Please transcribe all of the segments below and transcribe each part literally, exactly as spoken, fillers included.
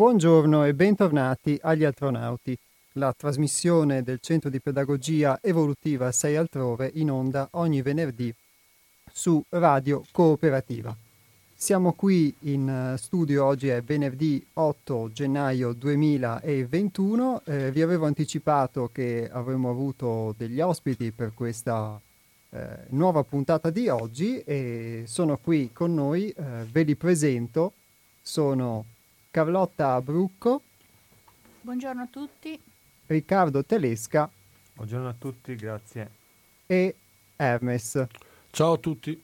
Buongiorno e bentornati agli Altronauti, la trasmissione del Centro di Pedagogia Evolutiva sei Altrove in onda ogni venerdì su Radio Cooperativa. Siamo qui in studio, oggi è venerdì otto gennaio duemilaventuno, eh, vi avevo anticipato che avremmo avuto degli ospiti per questa eh, nuova puntata di oggi e sono qui con noi, eh, ve li presento, sono Carlotta Brucco. Buongiorno a tutti. Riccardo Telesca. Buongiorno a tutti, grazie. E Hermes. Ciao a tutti.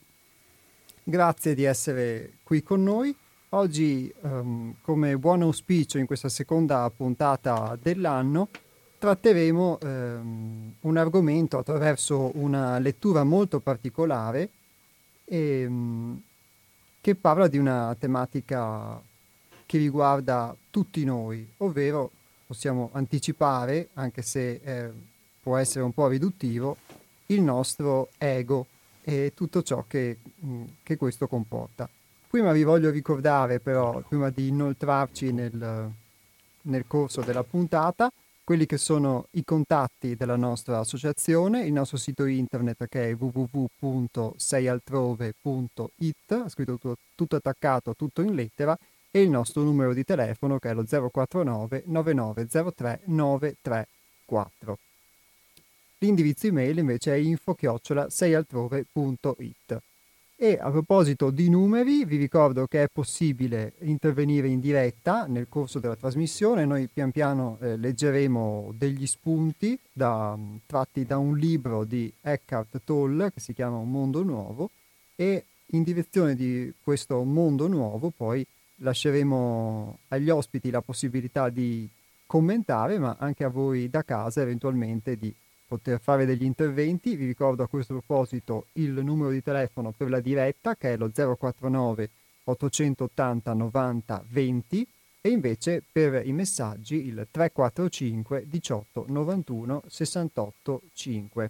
Grazie di essere qui con noi. Oggi, um, come buon auspicio in questa seconda puntata dell'anno, tratteremo um, un argomento attraverso una lettura molto particolare e, um, che parla di una tematica che riguarda tutti noi, ovvero possiamo anticipare, anche se eh, può essere un po' riduttivo, il nostro ego e tutto ciò che, mh, che questo comporta. Prima vi voglio ricordare però, prima di inoltrarci nel, nel corso della puntata, quelli che sono i contatti della nostra associazione, il nostro sito internet che è w w w punto sei altrove punto i t, scritto tutto, tutto attaccato, tutto in lettera, e il nostro numero di telefono che è lo zero quattro nove nove nove zero tre nove tre quattro. L'indirizzo email invece è info chiocciola sei altrove punto i t. E a proposito di numeri, vi ricordo che è possibile intervenire in diretta nel corso della trasmissione. Noi pian piano eh, leggeremo degli spunti da, tratti da un libro di Eckhart Tolle che si chiama Un mondo nuovo, e in direzione di questo mondo nuovo poi lasceremo agli ospiti la possibilità di commentare, ma anche a voi da casa eventualmente di poter fare degli interventi. Vi ricordo a questo proposito il numero di telefono per la diretta che è lo zero quattro nove ottocentottanta novanta venti, e invece per i messaggi il tre quattro cinque diciotto novantuno sessantotto cinque.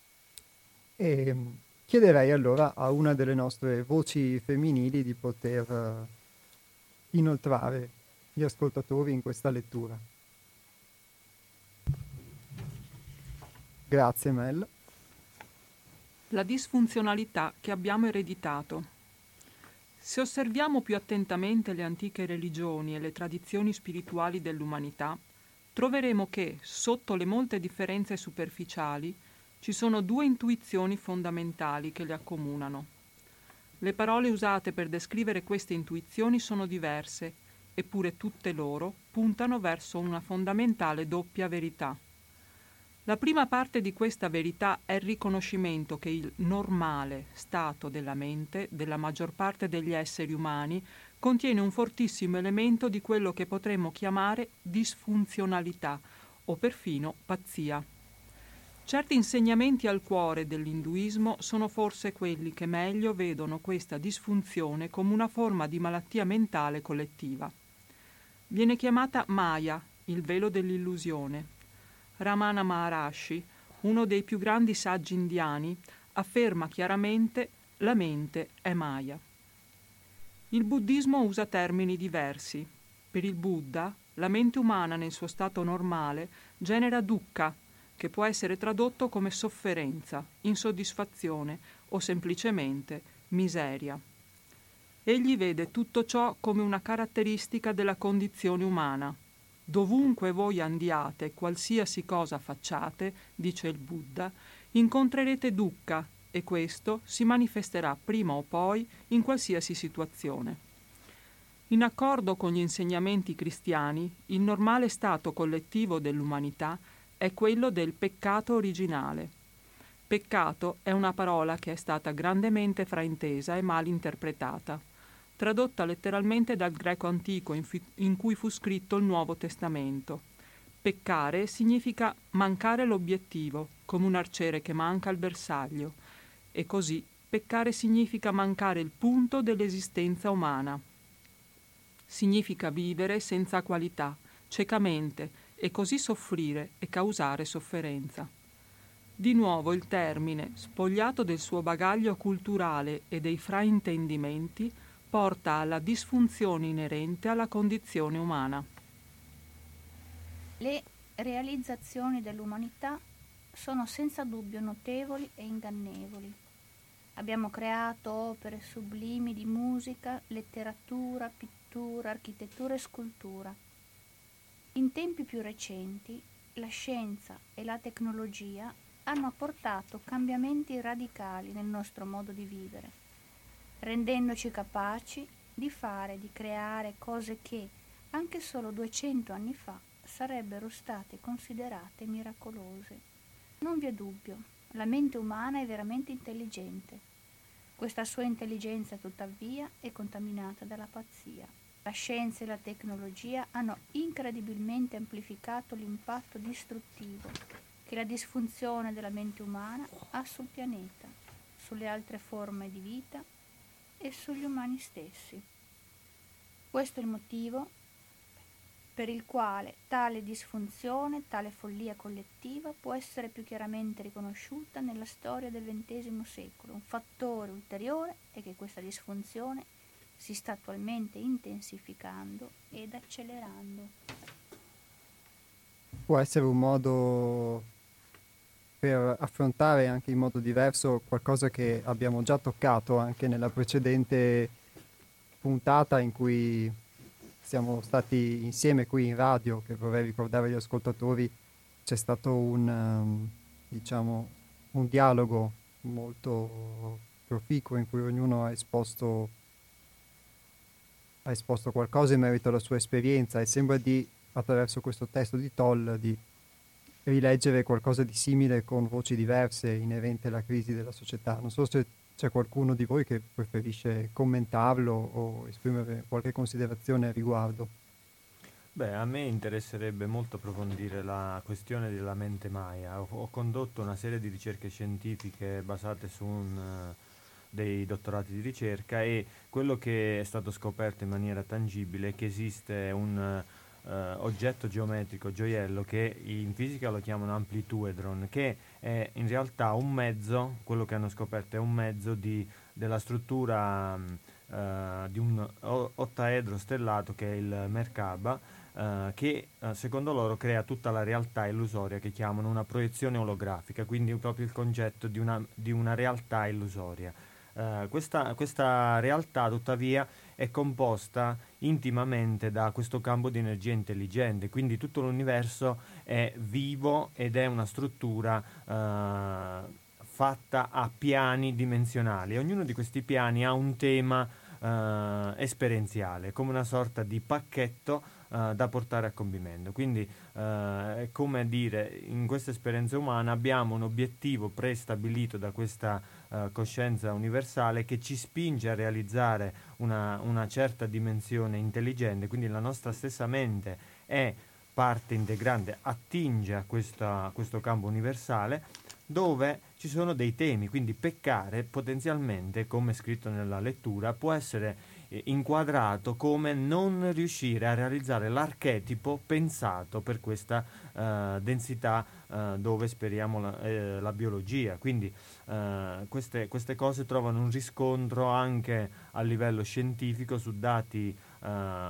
E chiederei allora a una delle nostre voci femminili di poter inoltrare gli ascoltatori in questa lettura. Grazie Mel. La disfunzionalità che abbiamo ereditato. Se osserviamo più attentamente le antiche religioni e le tradizioni spirituali dell'umanità, troveremo che, sotto le molte differenze superficiali, ci sono due intuizioni fondamentali che le accomunano. Le parole usate per descrivere queste intuizioni sono diverse, eppure tutte loro puntano verso una fondamentale doppia verità. La prima parte di questa verità è il riconoscimento che il normale stato della mente della maggior parte degli esseri umani contiene un fortissimo elemento di quello che potremmo chiamare disfunzionalità o perfino pazzia. Certi insegnamenti al cuore dell'induismo sono forse quelli che meglio vedono questa disfunzione come una forma di malattia mentale collettiva. Viene chiamata Maya, il velo dell'illusione. Ramana Maharshi, uno dei più grandi saggi indiani, afferma chiaramente la mente è Maya. Il buddismo usa termini diversi. Per il Buddha, la mente umana nel suo stato normale genera dukkha, che può essere tradotto come sofferenza, insoddisfazione o semplicemente miseria. Egli vede tutto ciò come una caratteristica della condizione umana. Dovunque voi andiate, qualsiasi cosa facciate, dice il Buddha, incontrerete dukkha e questo si manifesterà prima o poi in qualsiasi situazione. In accordo con gli insegnamenti cristiani, il normale stato collettivo dell'umanità è quello del peccato originale. Peccato è una parola che è stata grandemente fraintesa e mal interpretata, tradotta letteralmente dal greco antico in, fi- in cui fu scritto il Nuovo Testamento. Peccare significa mancare l'obiettivo, come un arciere che manca il bersaglio, e così peccare significa mancare il punto dell'esistenza umana. Significa vivere senza qualità, ciecamente, e così soffrire e causare sofferenza. Di nuovo il termine, spogliato del suo bagaglio culturale e dei fraintendimenti, porta alla disfunzione inerente alla condizione umana. Le realizzazioni dell'umanità sono senza dubbio notevoli e ingannevoli. Abbiamo creato opere sublimi di musica, letteratura, pittura, architettura e scultura. In tempi più recenti, la scienza e la tecnologia hanno apportato cambiamenti radicali nel nostro modo di vivere, rendendoci capaci di fare, di creare cose che, anche solo duecento anni fa, sarebbero state considerate miracolose. Non vi è dubbio, la mente umana è veramente intelligente. Questa sua intelligenza, tuttavia, è contaminata dalla pazzia. La scienza e la tecnologia hanno incredibilmente amplificato l'impatto distruttivo che la disfunzione della mente umana ha sul pianeta, sulle altre forme di vita e sugli umani stessi. Questo è il motivo per il quale tale disfunzione, tale follia collettiva può essere più chiaramente riconosciuta nella storia del ventesimo secolo. Un fattore ulteriore è che questa disfunzione si sta attualmente intensificando ed accelerando. Può essere un modo per affrontare anche in modo diverso qualcosa che abbiamo già toccato anche nella precedente puntata in cui siamo stati insieme qui in radio, che vorrei ricordare agli ascoltatori. C'è stato un, um, diciamo, un dialogo molto proficuo in cui ognuno ha esposto, ha esposto qualcosa in merito alla sua esperienza, e sembra di, attraverso questo testo di Toll, di rileggere qualcosa di simile con voci diverse inerente alla crisi della società. Non so se c'è qualcuno di voi che preferisce commentarlo o esprimere qualche considerazione a riguardo. Beh, a me interesserebbe molto approfondire la questione della mente Maya. Ho, ho condotto una serie di ricerche scientifiche basate su un, uh, dei dottorati di ricerca, e quello che è stato scoperto in maniera tangibile è che esiste un uh, oggetto geometrico gioiello che in fisica lo chiamano amplituedron, che è in realtà un mezzo, quello che hanno scoperto è un mezzo di, della struttura uh, di un o- ottaedro stellato che è il Merkaba, uh, che uh, secondo loro crea tutta la realtà illusoria, che chiamano una proiezione olografica, quindi proprio il concetto di una, di una realtà illusoria. Uh, questa, questa realtà tuttavia è composta intimamente da questo campo di energia intelligente, quindi tutto l'universo è vivo ed è una struttura uh, fatta a piani dimensionali. Ognuno di questi piani ha un tema uh, esperienziale, come una sorta di pacchetto Uh, da portare a compimento. Quindi uh, è come dire, in questa esperienza umana abbiamo un obiettivo prestabilito da questa uh, coscienza universale che ci spinge a realizzare una, una certa dimensione intelligente, quindi la nostra stessa mente è parte integrante, attinge a, questa, a questo campo universale dove ci sono dei temi, quindi peccare potenzialmente, come scritto nella lettura, può essere inquadrato come non riuscire a realizzare l'archetipo pensato per questa uh, densità uh, dove speriamo la, eh, la biologia. Quindi uh, queste, queste cose trovano un riscontro anche a livello scientifico su dati uh,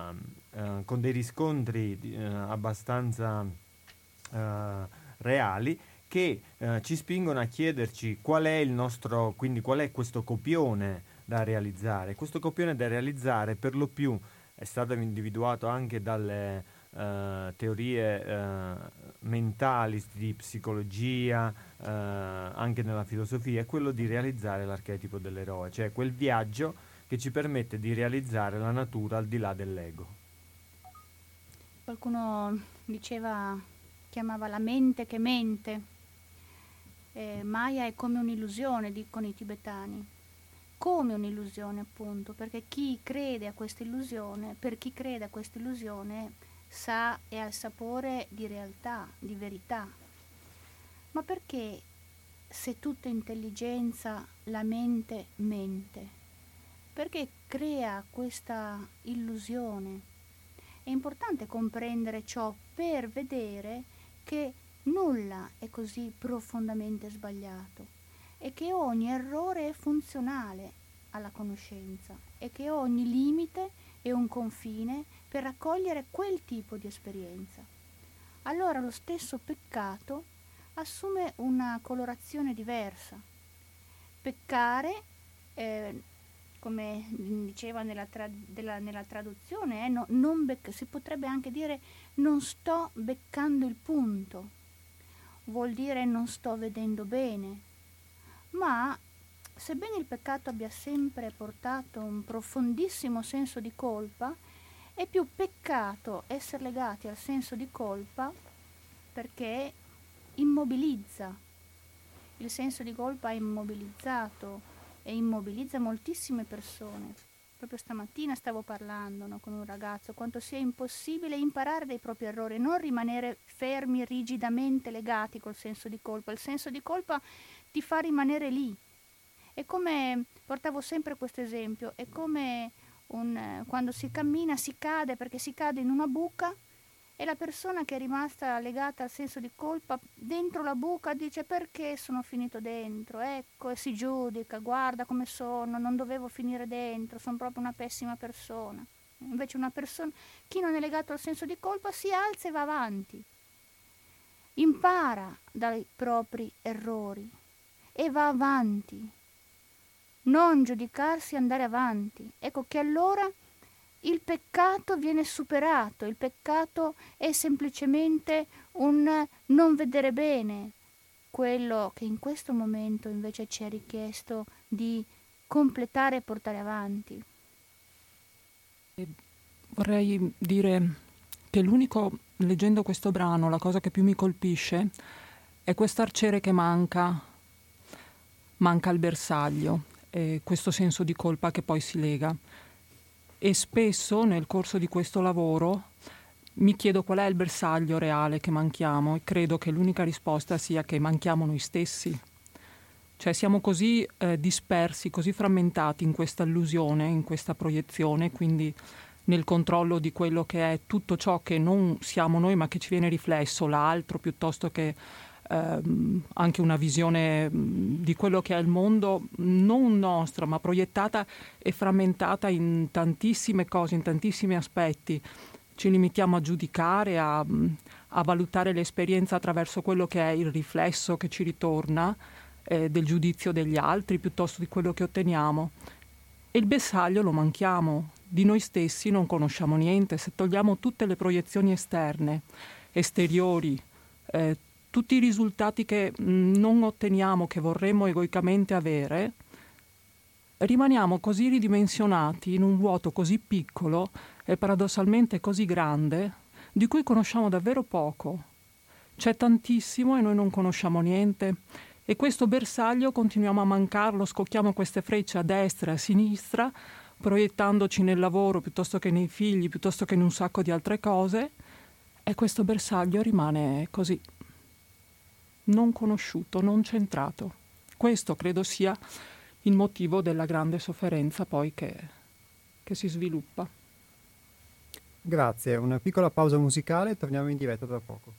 uh, con dei riscontri uh, abbastanza uh, reali, che uh, ci spingono a chiederci qual è il nostro, quindi qual è questo copione da realizzare. Questo copione da realizzare per lo più è stato individuato anche dalle uh, teorie uh, mentali di psicologia, uh, anche nella filosofia, è quello di realizzare l'archetipo dell'eroe, cioè quel viaggio che ci permette di realizzare la natura al di là dell'ego. Qualcuno diceva, chiamava la mente che mente. Eh, Maya è come un'illusione, dicono i tibetani. Come un'illusione, appunto, perché chi crede a questa illusione, per chi crede a questa illusione sa e ha il sapore di realtà, di verità. Ma perché, se tutta intelligenza, la mente mente? Perché crea questa illusione? È importante comprendere ciò per vedere che nulla è così profondamente sbagliato e che ogni errore è funzionale alla conoscenza e che ogni limite è un confine per raccogliere quel tipo di esperienza. Allora lo stesso peccato assume una colorazione diversa. Peccare, eh, come diceva nella, tra- della, nella traduzione, eh, no, non bec- si potrebbe anche dire non sto beccando il punto, vuol dire non sto vedendo bene, ma sebbene il peccato abbia sempre portato un profondissimo senso di colpa, è più peccato essere legati al senso di colpa perché immobilizza. Il senso di colpa è immobilizzato e immobilizza moltissime persone. Proprio stamattina stavo parlando, no, con un ragazzo quanto sia impossibile imparare dai propri errori, non rimanere fermi, rigidamente legati col senso di colpa. Il senso di colpa ti fa rimanere lì. È come, portavo sempre questo esempio, è come un, quando si cammina si cade perché si cade in una buca e la persona che è rimasta legata al senso di colpa dentro la buca dice perché sono finito dentro, ecco, e si giudica, guarda come sono, non dovevo finire dentro, sono proprio una pessima persona. Invece una persona, chi non è legato al senso di colpa si alza e va avanti, impara dai propri errori e va avanti. Non giudicarsi, andare avanti. Ecco che allora il peccato viene superato, il peccato è semplicemente un non vedere bene quello che in questo momento invece ci è richiesto di completare e portare avanti. Vorrei dire che l'unico, leggendo questo brano, la cosa che più mi colpisce è quest'arciere che manca, manca il bersaglio, e questo senso di colpa che poi si lega. E spesso nel corso di questo lavoro mi chiedo qual è il bersaglio reale che manchiamo e credo che l'unica risposta sia che manchiamo noi stessi. Cioè siamo così eh, dispersi, così frammentati in questa illusione, in questa proiezione, quindi nel controllo di quello che è tutto ciò che non siamo noi ma che ci viene riflesso, l'altro, piuttosto che ehm, anche una visione mh, di quello che è il mondo, non nostra, ma proiettata e frammentata in tantissime cose, in tantissimi aspetti. Ci limitiamo a giudicare, a, a valutare l'esperienza attraverso quello che è il riflesso che ci ritorna eh, del giudizio degli altri, piuttosto di quello che otteniamo. E il bersaglio lo manchiamo. Di noi stessi non conosciamo niente. Se togliamo tutte le proiezioni esterne, esteriori, eh, tutti i risultati che mh, non otteniamo, che vorremmo egoicamente avere, rimaniamo così ridimensionati in un vuoto così piccolo e paradossalmente così grande, di cui conosciamo davvero poco. C'è tantissimo e noi non conosciamo niente. E questo bersaglio continuiamo a mancarlo, scocchiamo queste frecce a destra e a sinistra, proiettandoci nel lavoro piuttosto che nei figli, piuttosto che in un sacco di altre cose, e questo bersaglio rimane così, non conosciuto, non centrato. Questo credo sia il motivo della grande sofferenza poi che, che si sviluppa. Grazie, una piccola pausa musicale e torniamo in diretta tra poco.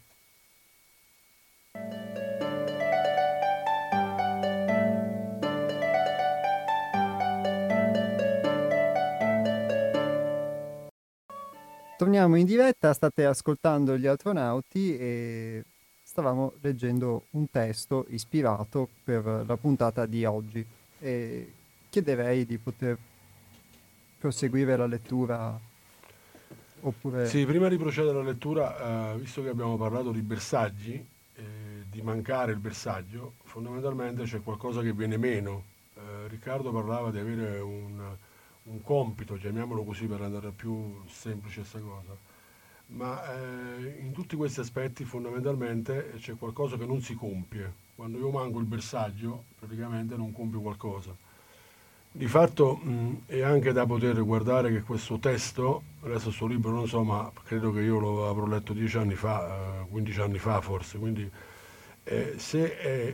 Torniamo in diretta, state ascoltando Gli Astronauti e stavamo leggendo un testo ispirato per la puntata di oggi e chiederei di poter proseguire la lettura oppure... Sì, prima di procedere alla lettura, eh, visto che abbiamo parlato di bersaggi, eh, di mancare il bersaglio, fondamentalmente c'è qualcosa che viene meno. Eh, Riccardo parlava di avere un... un compito, chiamiamolo così per rendere più semplice questa cosa, ma eh, in tutti questi aspetti fondamentalmente c'è qualcosa che non si compie. Quando io manco il bersaglio praticamente non compio qualcosa. Di fatto mh, è anche da poter guardare che questo testo, adesso questo libro non so, ma credo che io lo avrò letto dieci anni fa, eh, quindici anni fa forse, quindi eh, se è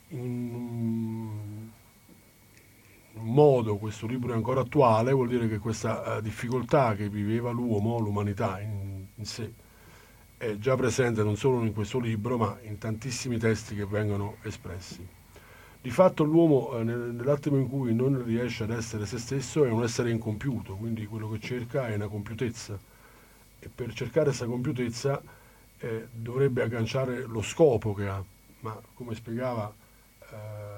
in modo questo libro è ancora attuale, vuol dire che questa uh, difficoltà che viveva l'uomo, l'umanità in, in sé, è già presente non solo in questo libro ma in tantissimi testi che vengono espressi. Di fatto l'uomo eh, nell'attimo in cui non riesce ad essere se stesso è un essere incompiuto, quindi quello che cerca è una compiutezza, e per cercare questa compiutezza eh, dovrebbe agganciare lo scopo che ha, ma come spiegava eh,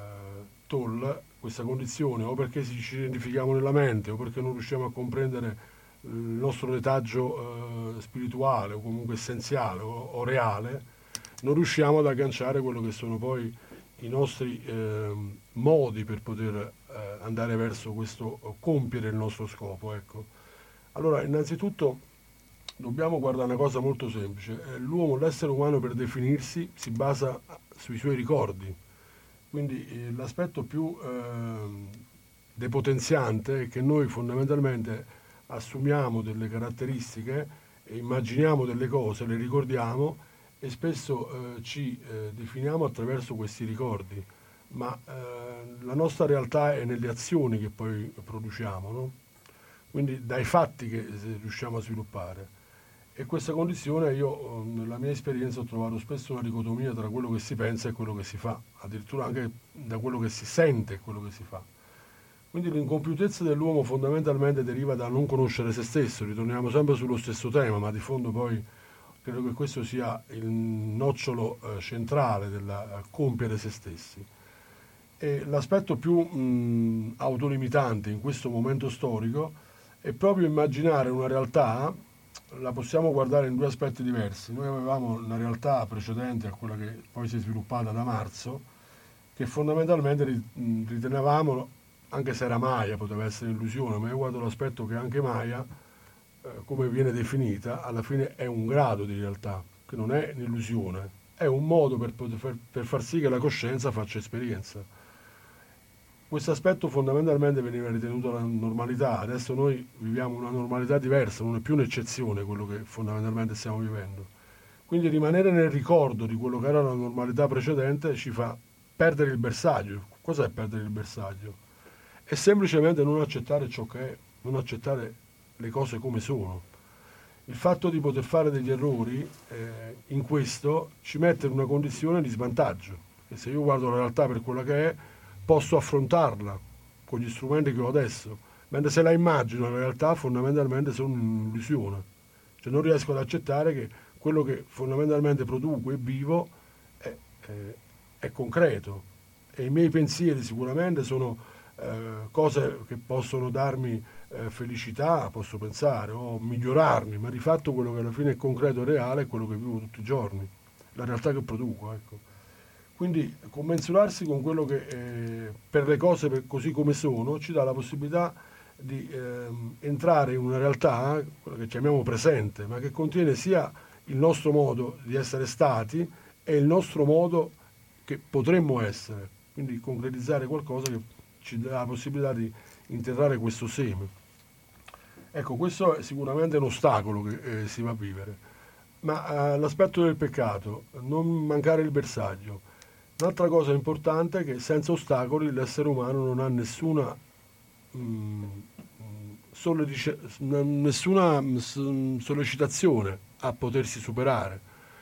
Toll, questa condizione o perché ci identifichiamo nella mente o perché non riusciamo a comprendere il nostro retaggio eh, spirituale o comunque essenziale o, o reale, non riusciamo ad agganciare quello che sono poi i nostri eh, modi per poter eh, andare verso questo, compiere il nostro scopo. Ecco. Allora, innanzitutto dobbiamo guardare una cosa molto semplice. L'uomo, l'essere umano per definirsi si basa sui suoi ricordi. Quindi eh, l'aspetto più eh, depotenziante è che noi fondamentalmente assumiamo delle caratteristiche e immaginiamo delle cose, le ricordiamo e spesso eh, ci eh, definiamo attraverso questi ricordi, ma eh, la nostra realtà è nelle azioni che poi produciamo, no? Quindi dai fatti che riusciamo a sviluppare. E questa condizione io nella mia esperienza ho trovato spesso una dicotomia tra quello che si pensa e quello che si fa, addirittura anche da quello che si sente e quello che si fa. Quindi l'incompiutezza dell'uomo fondamentalmente deriva da non conoscere se stesso, ritorniamo sempre sullo stesso tema, ma di fondo poi credo che questo sia il nocciolo eh, centrale del eh, compiere se stessi. E l'aspetto più mh, autolimitante in questo momento storico è proprio immaginare una realtà, la possiamo guardare in due aspetti diversi. Noi avevamo una realtà precedente a quella che poi si è sviluppata da marzo, che fondamentalmente ritenevamo, anche se era Maya, poteva essere illusione, ma io guardo l'aspetto che anche Maya, come viene definita, alla fine è un grado di realtà, che non è un'illusione, è un modo per, poter, per far sì che la coscienza faccia esperienza. Questo aspetto fondamentalmente veniva ritenuto la normalità, adesso noi viviamo una normalità diversa, non è più un'eccezione quello che fondamentalmente stiamo vivendo. Quindi rimanere nel ricordo di quello che era la normalità precedente ci fa perdere il bersaglio. Cos'è perdere il bersaglio? È semplicemente non accettare ciò che è, non accettare le cose come sono. Il fatto di poter fare degli errori eh, in questo ci mette in una condizione di svantaggio, e se io guardo la realtà per quella che è posso affrontarla con gli strumenti che ho adesso, mentre se la immagino la realtà fondamentalmente sono un'illusione, cioè non riesco ad accettare che quello che fondamentalmente produco e vivo è, è, è concreto, e i miei pensieri sicuramente sono eh, cose che possono darmi Eh, felicità, posso pensare, o migliorarmi, ma di fatto quello che alla fine è concreto e reale è quello che vivo tutti i giorni, la realtà che produco. Ecco. Quindi commensurarsi con quello che eh, per le cose per così come sono ci dà la possibilità di eh, entrare in una realtà, quella che chiamiamo presente, ma che contiene sia il nostro modo di essere stati e il nostro modo che potremmo essere, quindi concretizzare qualcosa che ci dà la possibilità di interrare questo seme. Ecco, questo è sicuramente un ostacolo che eh, si va a vivere, ma eh, l'aspetto del peccato, non mancare il bersaglio. Un'altra cosa importante è che senza ostacoli l'essere umano non ha nessuna, mh, sollevice, nessuna mh, sollecitazione a potersi superare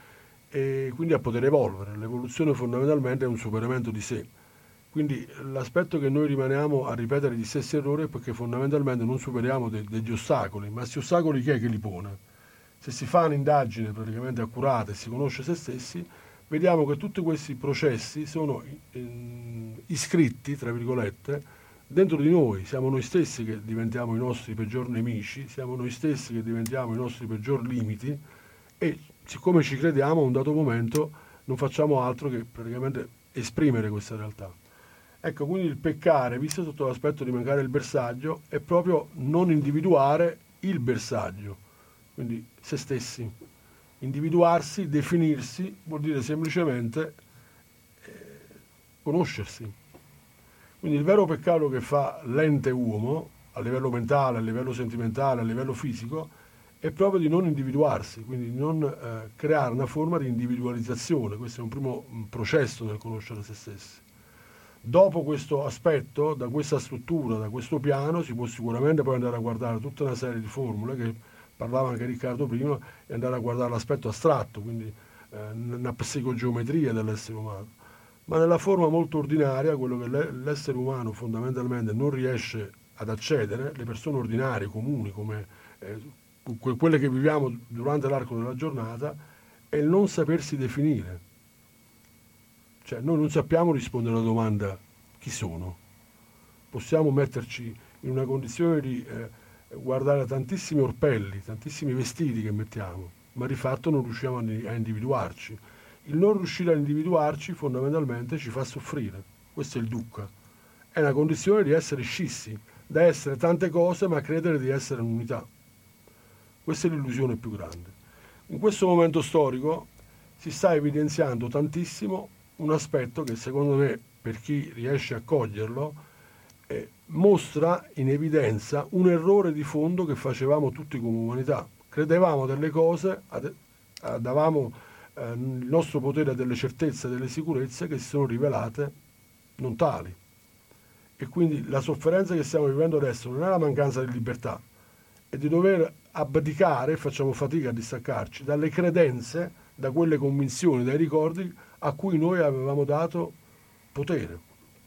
e quindi a poter evolvere. L'evoluzione fondamentalmente è un superamento di sé. Quindi l'aspetto che noi rimaniamo a ripetere gli stessi errori è perché fondamentalmente non superiamo de- degli ostacoli, ma questi ostacoli chi è che li pone? Se si fa un'indagine praticamente accurata e si conosce se stessi, vediamo che tutti questi processi sono in, iscritti, tra virgolette, dentro di noi. Siamo noi stessi che diventiamo i nostri peggior nemici, siamo noi stessi che diventiamo i nostri peggior limiti e siccome ci crediamo a un dato momento non facciamo altro che praticamente esprimere questa realtà. Ecco, quindi il peccare, visto sotto l'aspetto di mancare il bersaglio, è proprio non individuare il bersaglio, quindi se stessi. Individuarsi, definirsi, vuol dire semplicemente eh, conoscersi. Quindi il vero peccato che fa l'ente uomo, a livello mentale, a livello sentimentale, a livello fisico, è proprio di non individuarsi, quindi di non eh, creare una forma di individualizzazione. Questo è un primo un processo nel conoscere se stessi. Dopo questo aspetto, da questa struttura, da questo piano, si può sicuramente poi andare a guardare tutta una serie di formule che parlava anche Riccardo prima e andare a guardare l'aspetto astratto, quindi eh, una psicogeometria dell'essere umano. ma nella forma molto ordinaria, quello che l'essere umano fondamentalmente non riesce ad accedere, le persone ordinarie, comuni, come eh, quelle che viviamo durante l'arco della giornata, è il non sapersi definire. Cioè noi non sappiamo rispondere alla domanda chi sono. Possiamo metterci in una condizione di eh, guardare tantissimi orpelli, tantissimi vestiti che mettiamo, ma di fatto non riusciamo a individuarci. Il non riuscire a individuarci fondamentalmente ci fa soffrire. Questo è il dukkha. È una condizione di essere scissi, da essere tante cose ma credere di essere un'unità. Questa è l'illusione più grande. In questo momento storico si sta evidenziando tantissimo un aspetto che secondo me, per chi riesce a coglierlo, eh, mostra in evidenza un errore di fondo che facevamo tutti come umanità. Credevamo delle cose, ad, ad, davamo eh, il nostro potere a delle certezze, delle sicurezze che si sono rivelate non tali. E quindi la sofferenza che stiamo vivendo adesso non è la mancanza di libertà, è di dover abdicare, facciamo fatica a distaccarci, dalle credenze, da quelle convinzioni, dai ricordi a cui noi avevamo dato potere.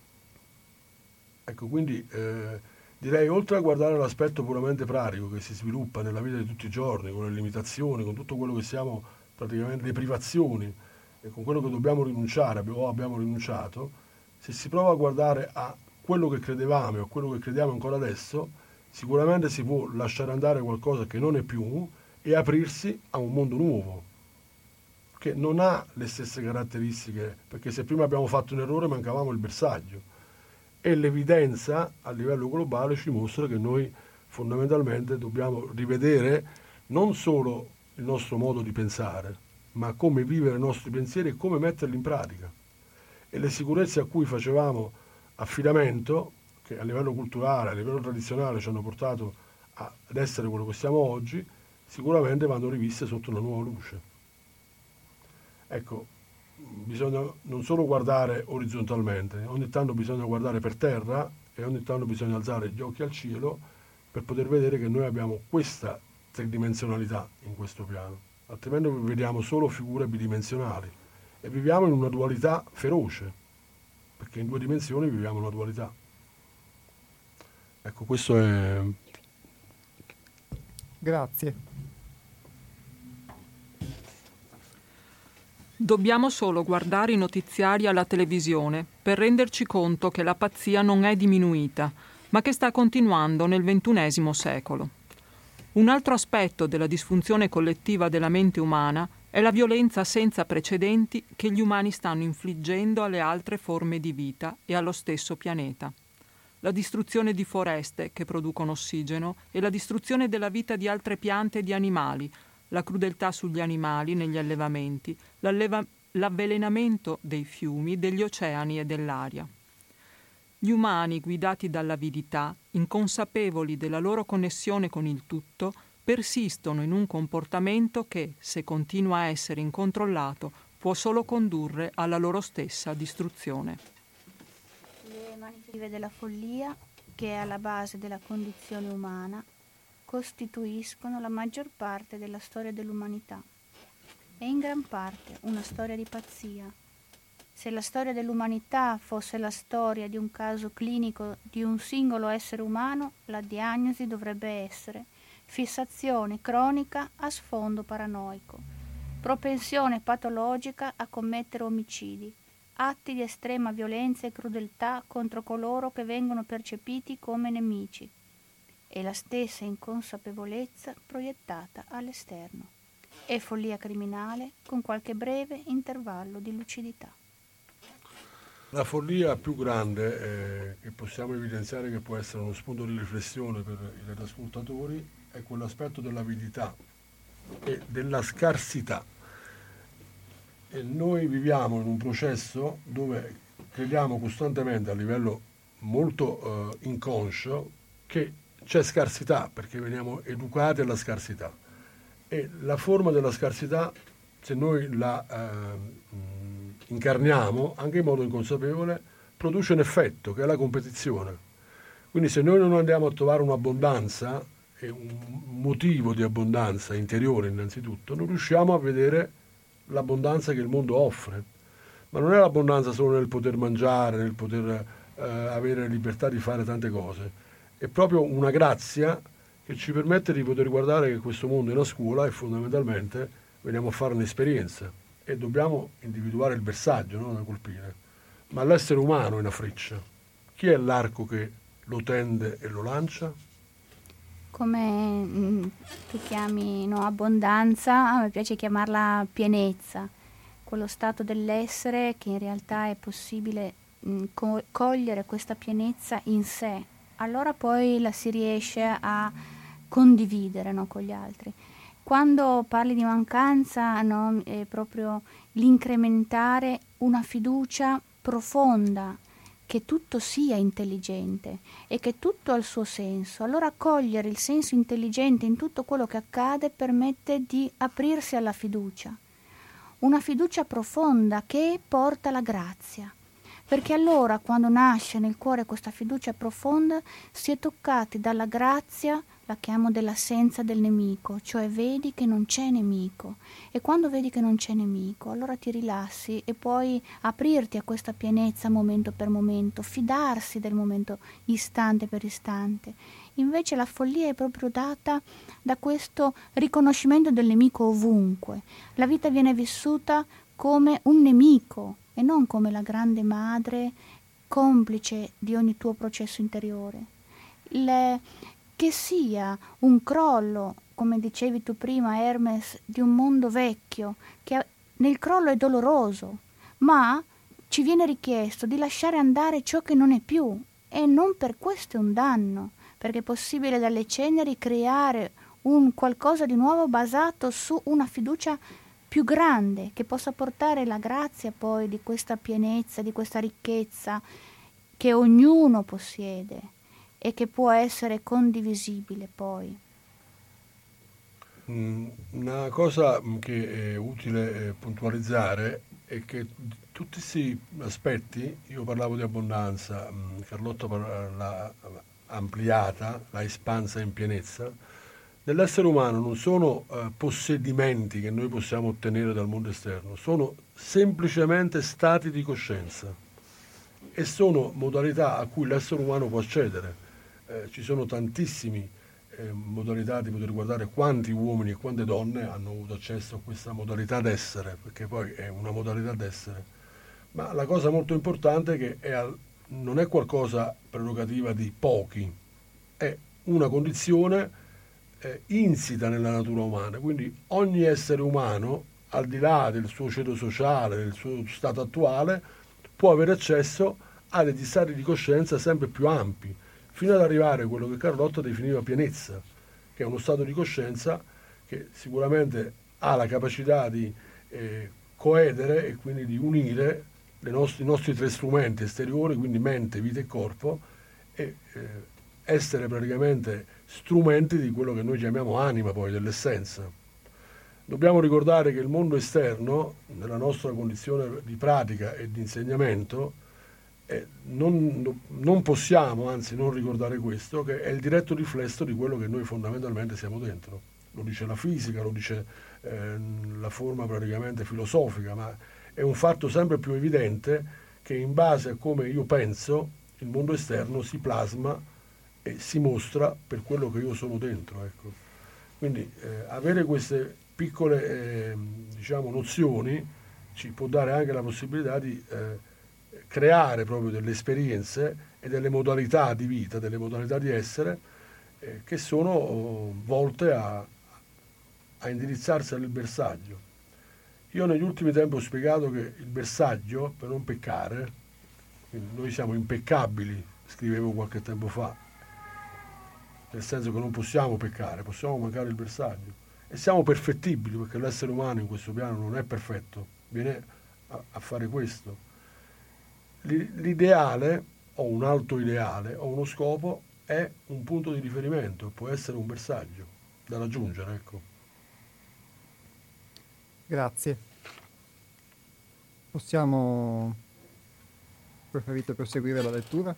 Ecco, quindi eh, direi, oltre a guardare l'aspetto puramente pratico che si sviluppa nella vita di tutti i giorni, con le limitazioni, con tutto quello che siamo praticamente, le privazioni, e con quello che dobbiamo rinunciare o abbiamo rinunciato, se si prova a guardare a quello che credevamo e a quello che crediamo ancora adesso, sicuramente si può lasciare andare qualcosa che non è più e aprirsi a un mondo nuovo, che non ha le stesse caratteristiche, perché se prima abbiamo fatto un errore mancavamo il bersaglio, e l'evidenza a livello globale ci mostra che noi fondamentalmente dobbiamo rivedere non solo il nostro modo di pensare, ma come vivere i nostri pensieri e come metterli in pratica. E le sicurezze a cui facevamo affidamento, che a livello culturale, a livello tradizionale ci hanno portato ad essere quello che siamo oggi, sicuramente vanno riviste sotto una nuova luce. Ecco, bisogna non solo guardare orizzontalmente, ogni tanto bisogna guardare per terra e ogni tanto bisogna alzare gli occhi al cielo per poter vedere che noi abbiamo questa tridimensionalità in questo piano, altrimenti vediamo solo figure bidimensionali e viviamo in una dualità feroce, perché in due dimensioni viviamo una dualità. Ecco, questo è... Grazie. Dobbiamo solo guardare i notiziari alla televisione per renderci conto che la pazzia non è diminuita, ma che sta continuando nel ventunesimo secolo. Un altro aspetto della disfunzione collettiva della mente umana è la violenza senza precedenti che gli umani stanno infliggendo alle altre forme di vita e allo stesso pianeta. La distruzione di foreste che producono ossigeno e la distruzione della vita di altre piante e di animali, la crudeltà sugli animali negli allevamenti, l'alleva- l'avvelenamento dei fiumi, degli oceani e dell'aria. Gli umani, guidati dall'avidità, inconsapevoli della loro connessione con il tutto, persistono in un comportamento che, se continua a essere incontrollato, può solo condurre alla loro stessa distruzione. Le manifestazioni della follia, che è alla base della condizione umana, costituiscono la maggior parte della storia dell'umanità. È in gran parte una storia di pazzia. Se la storia dell'umanità fosse la storia di un caso clinico di un singolo essere umano, la diagnosi dovrebbe essere fissazione cronica a sfondo paranoico, propensione patologica a commettere omicidi, atti di estrema violenza e crudeltà contro coloro che vengono percepiti come nemici, e la stessa inconsapevolezza proiettata all'esterno, e follia criminale con qualche breve intervallo di lucidità. La follia più grande eh, che possiamo evidenziare, che può essere uno spunto di riflessione per i radioascoltatori, è quell'aspetto dell'avidità e della scarsità. E noi viviamo in un processo dove crediamo costantemente, a livello molto eh, inconscio, che c'è scarsità, perché veniamo educati alla scarsità. E la forma della scarsità, se noi la eh, incarniamo, anche in modo inconsapevole, produce un effetto, che è la competizione. Quindi se noi non andiamo a trovare un'abbondanza, e un motivo di abbondanza interiore innanzitutto, non riusciamo a vedere l'abbondanza che il mondo offre. Ma non è l'abbondanza solo nel poter mangiare, nel poter eh, avere libertà di fare tante cose. È proprio una grazia che ci permette di poter guardare che questo mondo è una scuola e fondamentalmente veniamo a fare un'esperienza e dobbiamo individuare il bersaglio, no, da colpire. Ma l'essere umano è una freccia. Chi è l'arco che lo tende e lo lancia? Come mh, tu chiami, no, abbondanza, a me piace chiamarla pienezza, quello stato dell'essere che in realtà è possibile mh, co- cogliere questa pienezza in sé, allora poi la si riesce a condividere, no, con gli altri. Quando parli di mancanza, no, è proprio l'incrementare una fiducia profonda che tutto sia intelligente e che tutto ha il suo senso. Allora cogliere il senso intelligente in tutto quello che accade permette di aprirsi alla fiducia. Una fiducia profonda che porta la grazia. Perché allora quando nasce nel cuore questa fiducia profonda si è toccati dalla grazia, la chiamo dell'assenza del nemico, cioè vedi che non c'è nemico e quando vedi che non c'è nemico allora ti rilassi e puoi aprirti a questa pienezza momento per momento, fidarsi del momento istante per istante. Invece la follia è proprio data da questo riconoscimento del nemico ovunque. La vita viene vissuta come un nemico e non come la grande madre complice di ogni tuo processo interiore. Le, che sia un crollo, come dicevi tu prima, Hermes, di un mondo vecchio, che nel crollo è doloroso, ma ci viene richiesto di lasciare andare ciò che non è più e non per questo è un danno, perché è possibile dalle ceneri creare un qualcosa di nuovo basato su una fiducia più grande che possa portare la grazia poi di questa pienezza, di questa ricchezza che ognuno possiede e che può essere condivisibile poi. Una cosa che è utile puntualizzare è che tutti questi aspetti, io parlavo di abbondanza, Carlotta l'ha ampliata, l'ha espansa in pienezza, nell'essere umano non sono eh, possedimenti che noi possiamo ottenere dal mondo esterno, sono semplicemente stati di coscienza e sono modalità a cui l'essere umano può accedere. Eh, ci sono tantissime eh, modalità di poter guardare quanti uomini e quante donne hanno avuto accesso a questa modalità d'essere, perché poi è una modalità d'essere. Ma la cosa molto importante è che è al, non è qualcosa prerogativa di pochi, è una condizione eh, insita nella natura umana, quindi ogni essere umano, al di là del suo ceto sociale, del suo stato attuale, può avere accesso a degli stati di coscienza sempre più ampi, fino ad arrivare a quello che Carlotta definiva pienezza, che è uno stato di coscienza che sicuramente ha la capacità di eh, coedere e quindi di unire le nostri, i nostri tre strumenti esteriori, quindi mente, vita e corpo, e eh, essere praticamente strumenti di quello che noi chiamiamo anima, poi dell'essenza. Dobbiamo ricordare che il mondo esterno, nella nostra condizione di pratica e di insegnamento, eh, non, non possiamo, anzi non ricordare questo, che è il diretto riflesso di quello che noi fondamentalmente siamo dentro. Lo dice la fisica, lo dice eh, la forma praticamente filosofica, ma è un fatto sempre più evidente che in base a come io penso, il mondo esterno si plasma e si mostra per quello che io sono dentro. Ecco. Quindi eh, avere queste piccole eh, diciamo, nozioni ci può dare anche la possibilità di eh, creare proprio delle esperienze e delle modalità di vita, delle modalità di essere eh, che sono oh, volte a, a indirizzarsi al bersaglio. Io negli ultimi tempi ho spiegato che il bersaglio, per non peccare, quindi noi siamo impeccabili, scrivevo qualche tempo fa, nel senso che non possiamo peccare, possiamo mancare il bersaglio e siamo perfettibili, perché l'essere umano in questo piano non è perfetto, viene a, a fare questo. L'ideale, o un alto ideale, o uno scopo, è un punto di riferimento, può essere un bersaglio da raggiungere, ecco. Grazie. Possiamo, preferite proseguire la lettura?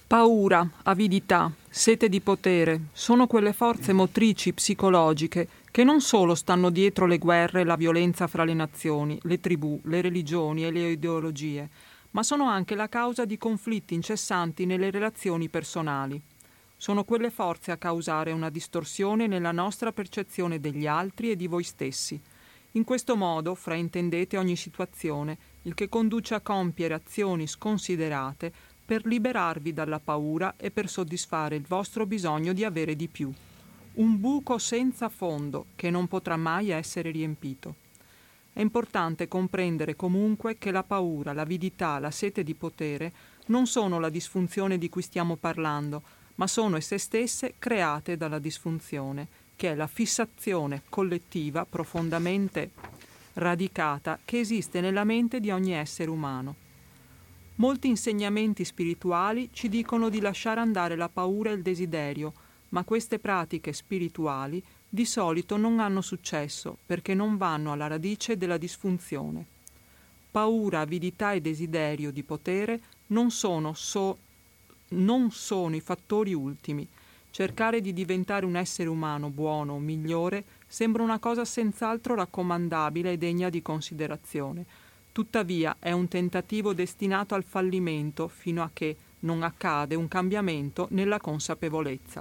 Paura, avidità, sete di potere sono quelle forze motrici psicologiche che non solo stanno dietro le guerre e la violenza fra le nazioni, le tribù, le religioni e le ideologie, ma sono anche la causa di conflitti incessanti nelle relazioni personali. Sono quelle forze a causare una distorsione nella nostra percezione degli altri e di voi stessi. In questo modo fraintendete ogni situazione, il che conduce a compiere azioni sconsiderate per liberarvi dalla paura e per soddisfare il vostro bisogno di avere di più. Un buco senza fondo che non potrà mai essere riempito. È importante comprendere comunque che la paura, l'avidità, la sete di potere non sono la disfunzione di cui stiamo parlando, ma sono esse stesse create dalla disfunzione, che è la fissazione collettiva profondamente radicata che esiste nella mente di ogni essere umano. Molti insegnamenti spirituali ci dicono di lasciare andare la paura e il desiderio, ma queste pratiche spirituali di solito non hanno successo perché non vanno alla radice della disfunzione. Paura, avidità e desiderio di potere non sono, so, non sono i fattori ultimi. Cercare di diventare un essere umano buono o migliore sembra una cosa senz'altro raccomandabile e degna di considerazione. Tuttavia è un tentativo destinato al fallimento fino a che non accade un cambiamento nella consapevolezza.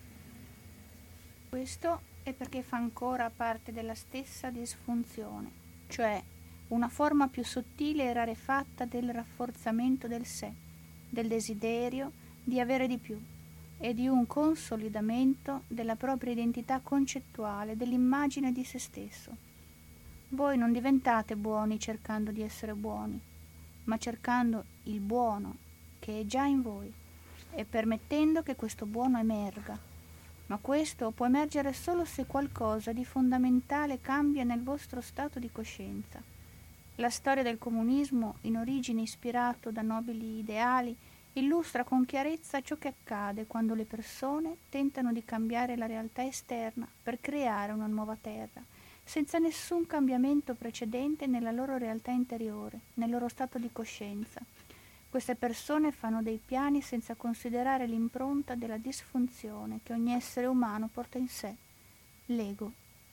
Questo è perché fa ancora parte della stessa disfunzione, cioè una forma più sottile e rarefatta del rafforzamento del sé, del desiderio di avere di più e di un consolidamento della propria identità concettuale, dell'immagine di se stesso. Voi non diventate buoni cercando di essere buoni, ma cercando il buono che è già in voi e permettendo che questo buono emerga. Ma questo può emergere solo se qualcosa di fondamentale cambia nel vostro stato di coscienza. La storia del comunismo, in origine ispirato da nobili ideali, illustra con chiarezza ciò che accade quando le persone tentano di cambiare la realtà esterna per creare una nuova terra, senza nessun cambiamento precedente nella loro realtà interiore, nel loro stato di coscienza. Queste persone fanno dei piani senza considerare l'impronta della disfunzione che ogni essere umano porta in sé, l'ego.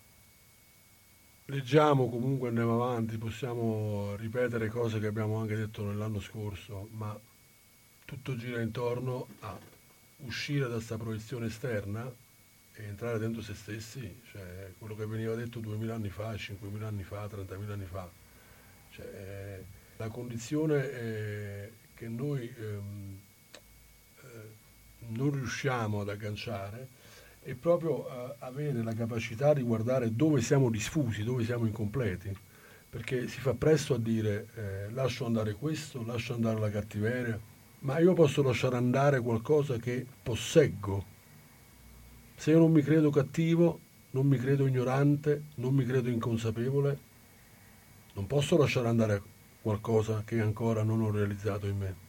Leggiamo, comunque andiamo avanti, possiamo ripetere cose che abbiamo anche detto nell'anno scorso, ma tutto gira intorno a uscire da questa proiezione esterna e entrare dentro se stessi, cioè quello che veniva detto duemila anni fa, cinquemila anni fa, trentamila anni fa. Cioè, la condizione è che noi ehm, eh, non riusciamo ad agganciare è proprio eh, avere la capacità di guardare dove siamo diffusi, dove siamo incompleti, perché si fa presto a dire eh, lascio andare questo, lascio andare la cattiveria, ma io posso lasciare andare qualcosa che posseggo. Se io non mi credo cattivo, non mi credo ignorante, non mi credo inconsapevole, non posso lasciare andare qualcosa che ancora non ho realizzato in me.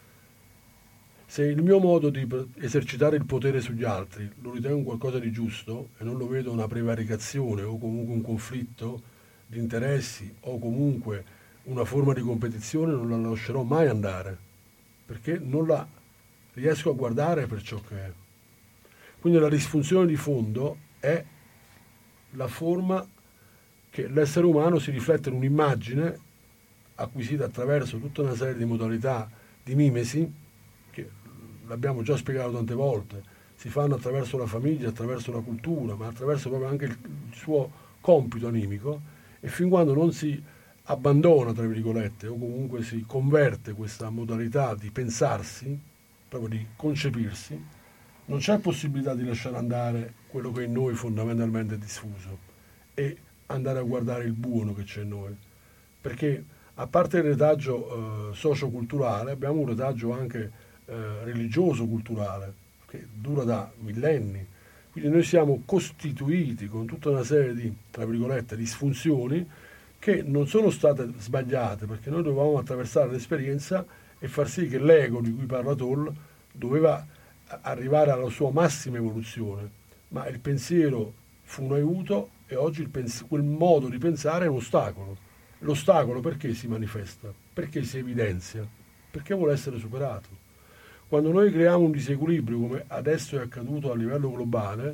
Se il mio modo di esercitare il potere sugli altri lo ritengo qualcosa di giusto e non lo vedo una prevaricazione o comunque un conflitto di interessi o comunque una forma di competizione, non la lascerò mai andare, perché non la riesco a guardare per ciò che è. Quindi la disfunzione di fondo è la forma che l'essere umano si riflette in un'immagine acquisita attraverso tutta una serie di modalità di mimesi, che l'abbiamo già spiegato tante volte, si fanno attraverso la famiglia, attraverso la cultura, ma attraverso proprio anche il, il suo compito animico, e fin quando non si abbandona, tra virgolette, o comunque si converte questa modalità di pensarsi, proprio di concepirsi, non c'è possibilità di lasciare andare quello che in noi fondamentalmente è diffuso e andare a guardare il buono che c'è in noi, perché a parte il retaggio eh, socioculturale abbiamo un retaggio anche eh, religioso-culturale che dura da millenni, quindi noi siamo costituiti con tutta una serie di, tra virgolette, disfunzioni che non sono state sbagliate, perché noi dovevamo attraversare l'esperienza e far sì che l'ego di cui parla Toll doveva arrivare alla sua massima evoluzione, ma il pensiero fu un aiuto e oggi il pens- quel modo di pensare è un ostacolo. L'ostacolo perché si manifesta? Perché si evidenzia? Perché vuole essere superato. Quando noi creiamo un disequilibrio, come adesso è accaduto a livello globale,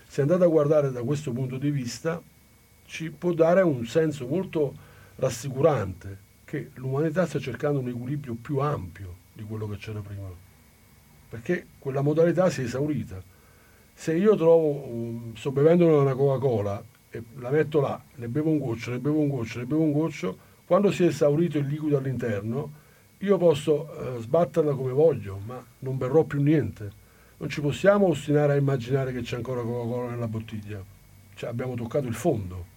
se andate a guardare da questo punto di vista, ci può dare un senso molto rassicurante che l'umanità sta cercando un equilibrio più ampio di quello che c'era prima, perché quella modalità si è esaurita. Se io trovo, sto bevendo una Coca-Cola e la metto là, ne bevo un goccio, ne bevo un goccio, ne bevo un goccio, quando si è esaurito il liquido all'interno, io posso eh, sbatterla come voglio, ma non berrò più niente. Non ci possiamo ostinare a immaginare che c'è ancora Coca-Cola nella bottiglia. Cioè, abbiamo toccato il fondo.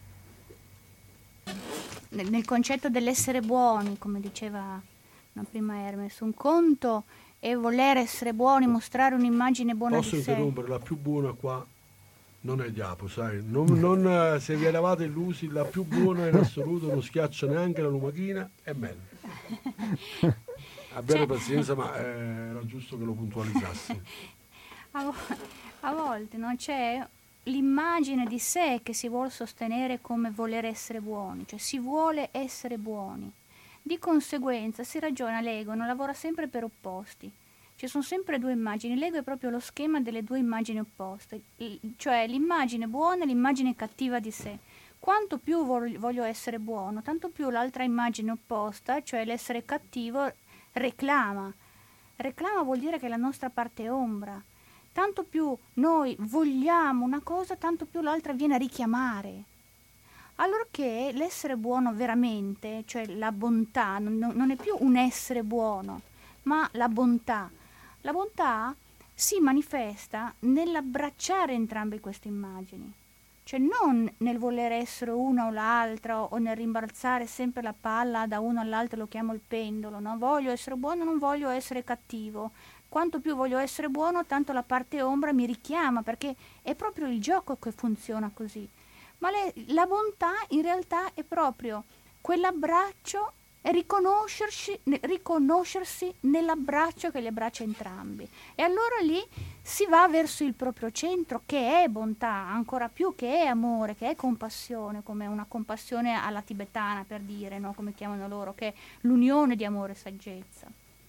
Nel concetto dell'essere buoni, come diceva no, prima Hermes, un conto è voler essere buoni, mostrare un'immagine buona Posso di sé. interrompere? La più buona qua non è Diapo, sai? Non, non, se vi eravate illusi, la più buona in assoluto non schiaccia neanche la lumachina, è Mel. Abbiate cioè... pazienza, ma eh, era giusto che lo puntualizzassi. A, vo- a volte no? C'è l'immagine di sé che si vuole sostenere come voler essere buoni, cioè si vuole essere buoni. Di conseguenza si ragiona, l'ego non lavora sempre per opposti. Ci sono sempre due immagini, l'ego è proprio lo schema delle due immagini opposte, cioè l'immagine buona e l'immagine cattiva di sé. Quanto più voglio essere buono, tanto più l'altra immagine opposta, cioè l'essere cattivo, reclama. Reclama vuol dire che è la nostra parte ombra. Tanto più noi vogliamo una cosa, tanto più l'altra viene a richiamare. Allorché l'essere buono veramente, cioè la bontà, non, non è più un essere buono, ma la bontà. La bontà si manifesta nell'abbracciare entrambe queste immagini, cioè non nel voler essere una o l'altra o nel rimbalzare sempre la palla da uno all'altro, lo chiamo il pendolo, no? Voglio essere buono, non voglio essere cattivo. Quanto più voglio essere buono, tanto la parte ombra mi richiama, perché è proprio il gioco che funziona così. Ma le, la bontà in realtà è proprio quell'abbraccio e riconoscersi, riconoscersi nell'abbraccio che li abbraccia entrambi. E allora lì si va verso il proprio centro, che è bontà, ancora più che è amore, che è compassione, come una compassione alla tibetana, per dire, no? Come chiamano loro, che è l'unione di amore e saggezza.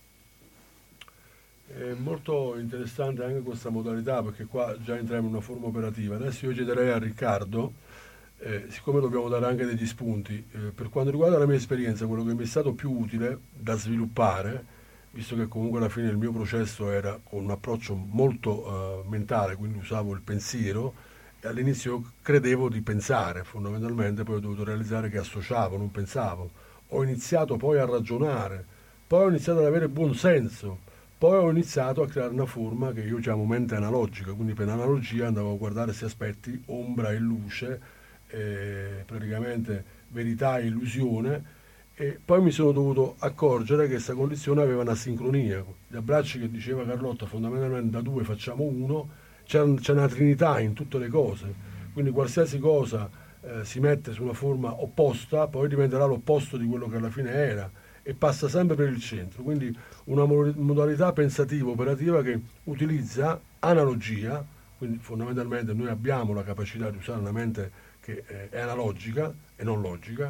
È molto interessante anche questa modalità, perché qua già entriamo in una forma operativa. Adesso io chiederei a Riccardo, eh, siccome dobbiamo dare anche degli spunti, eh, per quanto riguarda la mia esperienza, quello che mi è stato più utile da sviluppare, visto che comunque alla fine il mio processo era con un approccio molto eh, mentale, quindi usavo il pensiero, e all'inizio credevo di pensare, fondamentalmente poi ho dovuto realizzare che associavo, non pensavo. Ho iniziato poi a ragionare, poi ho iniziato ad avere buon senso. Poi ho iniziato a creare una forma che io chiamo mente analogica, quindi per analogia andavo a guardare questi aspetti, ombra e luce, eh, praticamente verità e illusione, e poi mi sono dovuto accorgere che questa condizione aveva una sincronia. Gli abbracci che diceva Carlotta, fondamentalmente da due facciamo uno, c'è, c'è una trinità in tutte le cose, quindi qualsiasi cosa eh, si mette su una forma opposta, poi diventerà l'opposto di quello che alla fine era, e passa sempre per il centro, quindi una modalità pensativa operativa che utilizza analogia, quindi fondamentalmente noi abbiamo la capacità di usare una mente che è analogica e non logica,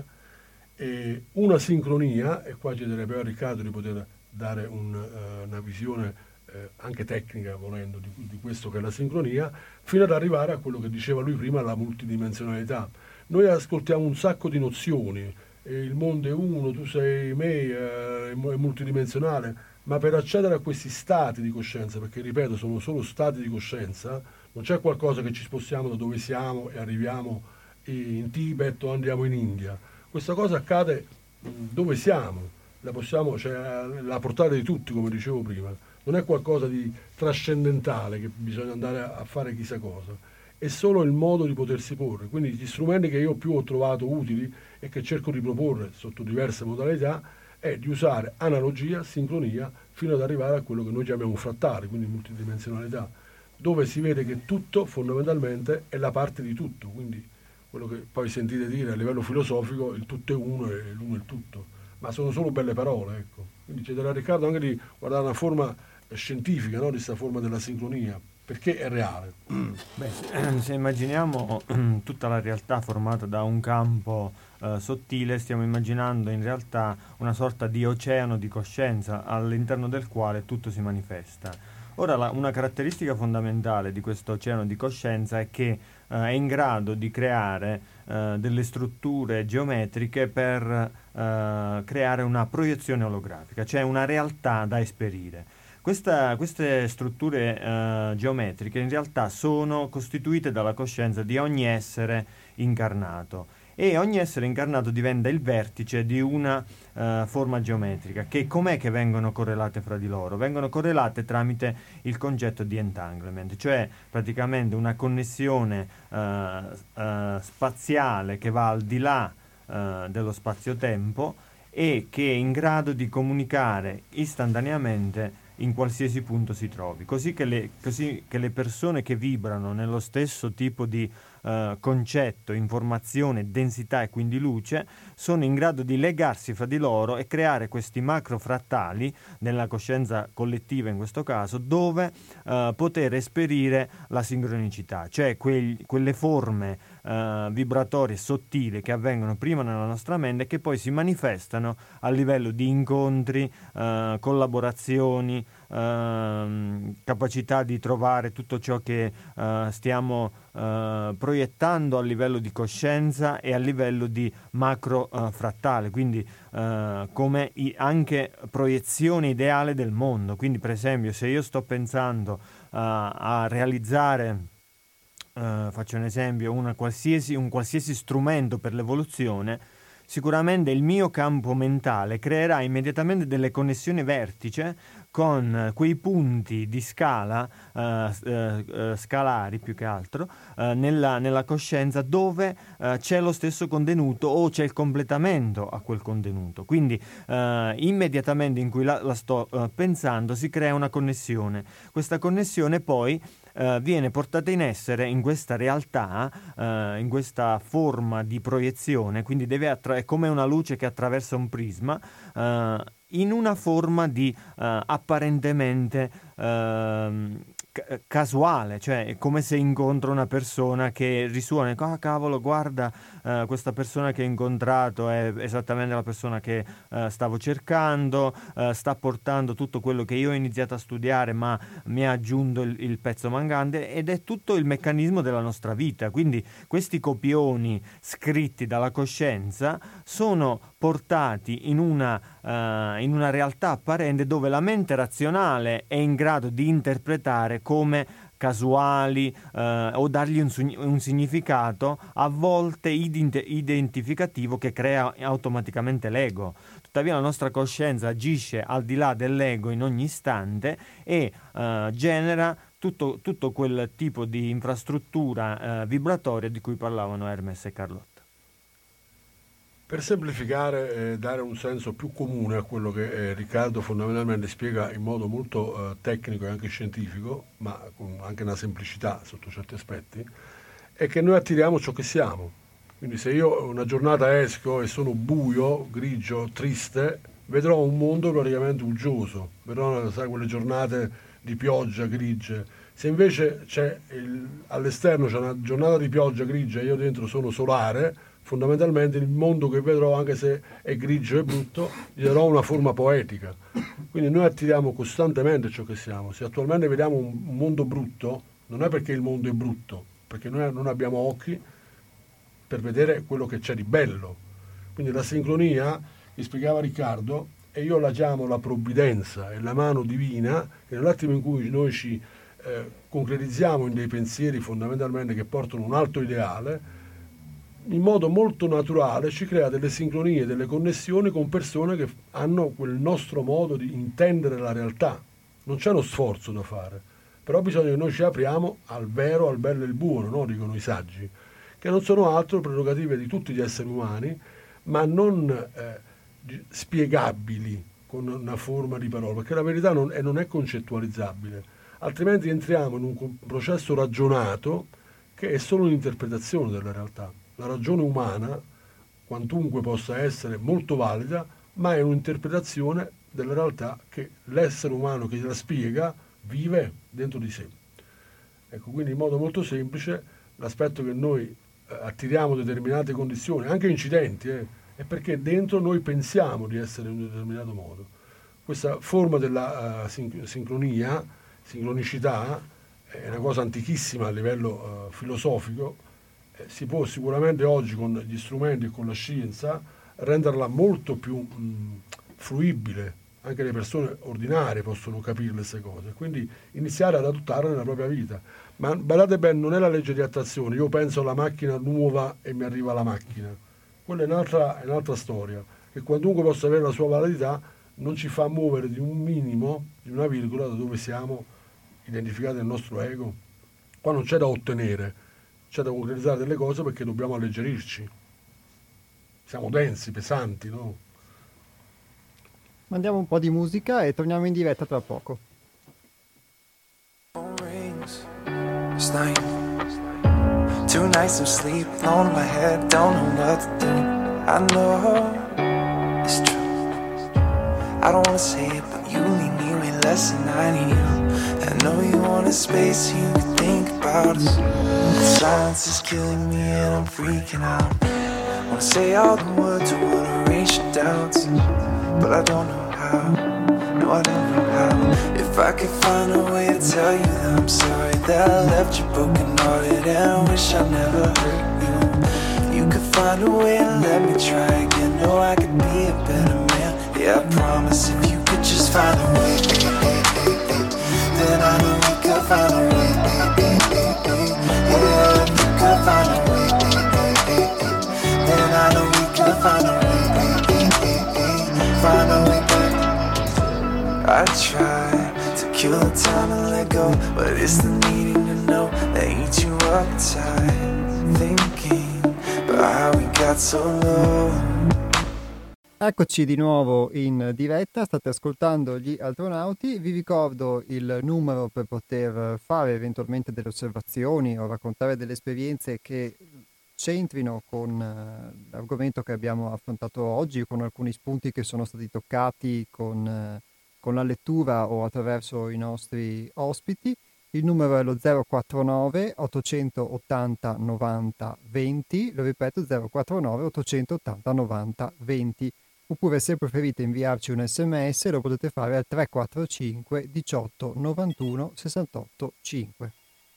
e una sincronia, e qua chiederei a Riccardo di poter dare un, uh, una visione eh, anche tecnica, volendo, di, di questo che è la sincronia, fino ad arrivare a quello che diceva lui prima, la multidimensionalità. Noi ascoltiamo un sacco di nozioni, il mondo è uno, tu sei me, eh, è multidimensionale, ma per accedere a questi stati di coscienza, perché ripeto sono solo stati di coscienza, non c'è qualcosa che ci spostiamo da dove siamo e arriviamo in Tibet o andiamo in India. Questa cosa accade dove siamo, la possiamo, cioè la portata di tutti, come dicevo prima, non è qualcosa di trascendentale che bisogna andare a fare chissà cosa, è solo il modo di potersi porre. Quindi gli strumenti che io più ho trovato utili e che cerco di proporre sotto diverse modalità è di usare analogia, sincronia, fino ad arrivare a quello che noi chiamiamo frattali, quindi multidimensionalità, dove si vede che tutto fondamentalmente è la parte di tutto, quindi quello che poi sentite dire a livello filosofico, il tutto è uno e l'uno è il tutto, ma sono solo belle parole, ecco. Quindi chiederò a Riccardo anche di guardare una forma scientifica, no, di questa forma della sincronia, perché è reale. Beh, se immaginiamo tutta la realtà formata da un campo eh, sottile, stiamo immaginando in realtà una sorta di oceano di coscienza all'interno del quale tutto si manifesta. Ora, la, una caratteristica fondamentale di questo oceano di coscienza è che eh, è in grado di creare eh, delle strutture geometriche per eh, creare una proiezione olografica, cioè una realtà da esperire. Questa, queste strutture eh, geometriche in realtà sono costituite dalla coscienza di ogni essere incarnato, e ogni essere incarnato diventa il vertice di una uh, forma geometrica. Che com'è che vengono correlate fra di loro? Vengono correlate tramite il concetto di entanglement, cioè praticamente una connessione uh, uh, spaziale che va al di là uh, dello spazio-tempo e che è in grado di comunicare istantaneamente in qualsiasi punto si trovi, così che le, così che le persone che vibrano nello stesso tipo di Uh, concetto, informazione, densità e quindi luce, sono in grado di legarsi fra di loro e creare questi macro frattali nella coscienza collettiva, in questo caso, dove uh, poter esperire la sincronicità, cioè quei, quelle forme uh, vibratorie sottili che avvengono prima nella nostra mente e che poi si manifestano a livello di incontri, uh, collaborazioni, Uh, capacità di trovare tutto ciò che uh, stiamo uh, proiettando a livello di coscienza e a livello di macro uh, frattale, quindi uh, come i- anche proiezione ideale del mondo. Quindi, per esempio, se io sto pensando uh, a realizzare, uh, faccio un esempio, una qualsiasi, un qualsiasi strumento per l'evoluzione, sicuramente il mio campo mentale creerà immediatamente delle connessioni vertice con quei punti di scala, uh, uh, uh, scalari più che altro, uh, nella, nella coscienza dove uh, c'è lo stesso contenuto o c'è il completamento a quel contenuto. Quindi uh, immediatamente in cui la, la sto uh, pensando si crea una connessione. Questa connessione poi Uh, viene portata in essere in questa realtà, uh, in questa forma di proiezione, quindi deve attra- è come una luce che attraversa un prisma, uh, in una forma di uh, apparentemente uh, ca- casuale, cioè è come se incontro una persona che risuona, ah cavolo, guarda, uh, questa persona che ho incontrato è esattamente la persona che uh, stavo cercando, uh, sta portando tutto quello che io ho iniziato a studiare, ma mi ha aggiunto il, il pezzo mancante, ed è tutto il meccanismo della nostra vita. Quindi questi copioni scritti dalla coscienza sono portati in una, uh, in una realtà apparente dove la mente razionale è in grado di interpretare come casuali uh, o dargli un, un significato a volte ident- identificativo che crea automaticamente l'ego. Tuttavia la nostra coscienza agisce al di là dell'ego in ogni istante e uh, genera tutto, tutto quel tipo di infrastruttura uh, vibratoria di cui parlavano Hermes e Carlotta. Per semplificare e eh, dare un senso più comune a quello che eh, Riccardo fondamentalmente spiega in modo molto eh, tecnico e anche scientifico, ma con anche una semplicità sotto certi aspetti, è che noi attiriamo ciò che siamo. Quindi se io una giornata esco e sono buio, grigio, triste, vedrò un mondo praticamente uggioso, vedrò, sai, quelle giornate di pioggia grigie. Se invece c'è il, all'esterno c'è una giornata di pioggia grigia e io dentro sono solare, fondamentalmente il mondo che vedrò, anche se è grigio e brutto, gli darò una forma poetica. Quindi noi attiriamo costantemente ciò che siamo. Se attualmente vediamo un, un mondo brutto, non è perché il mondo è brutto, perché noi non abbiamo occhi per vedere quello che c'è di bello. Quindi la sincronia, che spiegava Riccardo, e io la chiamo la provvidenza, è la mano divina, che nell'attimo in cui noi ci eh, concretizziamo in dei pensieri fondamentalmente che portano un alto ideale, in modo molto naturale ci crea delle sincronie, delle connessioni con persone che hanno quel nostro modo di intendere la realtà. Non c'è uno sforzo da fare, però bisogna che noi ci apriamo al vero, al bello e al buono, no? Dicono i saggi, che non sono altro prerogative di tutti gli esseri umani, ma non eh, spiegabili con una forma di parola, perché la verità non è, non è concettualizzabile, altrimenti entriamo in un processo ragionato che è solo un'interpretazione della realtà. La ragione umana, quantunque possa essere molto valida, ma è un'interpretazione della realtà che l'essere umano che la spiega vive dentro di sé. Ecco, quindi in modo molto semplice l'aspetto che noi eh, attiriamo determinate condizioni, anche incidenti, eh, è perché dentro noi pensiamo di essere in un determinato modo. Questa forma della uh, sin- sincronia sincronicità, è una cosa antichissima a livello uh, filosofico, eh, si può sicuramente oggi con gli strumenti e con la scienza renderla molto più mh, fruibile, anche le persone ordinarie possono capire queste cose, quindi iniziare ad adottarle nella propria vita. Ma guardate bene, non è la legge di attrazione, io penso alla macchina nuova e mi arriva la macchina, quella è un'altra, è un'altra storia, che quantunque possa avere la sua validità non ci fa muovere di un minimo, di una virgola, da dove siamo identificati nel nostro ego. Qua non c'è da ottenere, c'è da concretizzare delle cose perché dobbiamo alleggerirci, siamo densi, pesanti, no? Mandiamo un po' di musica e torniamo in diretta tra poco. It's night. Two nights of sleep on my head, don't know what to do. I know it's true. I don't wanna say it, but you need me way less than I need you. I know you want a space so you can think about us. The silence is killing me and I'm freaking out. Wanna say all the words, I wanna erase your doubts, but I don't know how. No, I don't know how. If I could find a way to tell you that I'm sorry that I left you broken hearted and wish I never hurt you. You could find a way to let me try again. No, I could be a better man. Yeah, I promise if you could just find a way, then I know we could find a way. Yeah, if you could find a way, then I know we could find a way. Find a way back. I try to kill the time and let go, but it's the needing to know that eats you up tight. Thinking about how we got so low. Eccoci di nuovo in diretta, state ascoltando gli Altronauti, vi ricordo il numero per poter fare eventualmente delle osservazioni o raccontare delle esperienze che c'entrino con uh, l'argomento che abbiamo affrontato oggi, con alcuni spunti che sono stati toccati con, uh, con la lettura o attraverso i nostri ospiti. Il numero è lo zero quattro nove ottocentottanta novanta venti, lo ripeto zero quattro nove ottocentottanta novanta venti, oppure se preferite inviarci un sms lo potete fare al tre quattro cinque diciotto novantuno sessantotto cinque.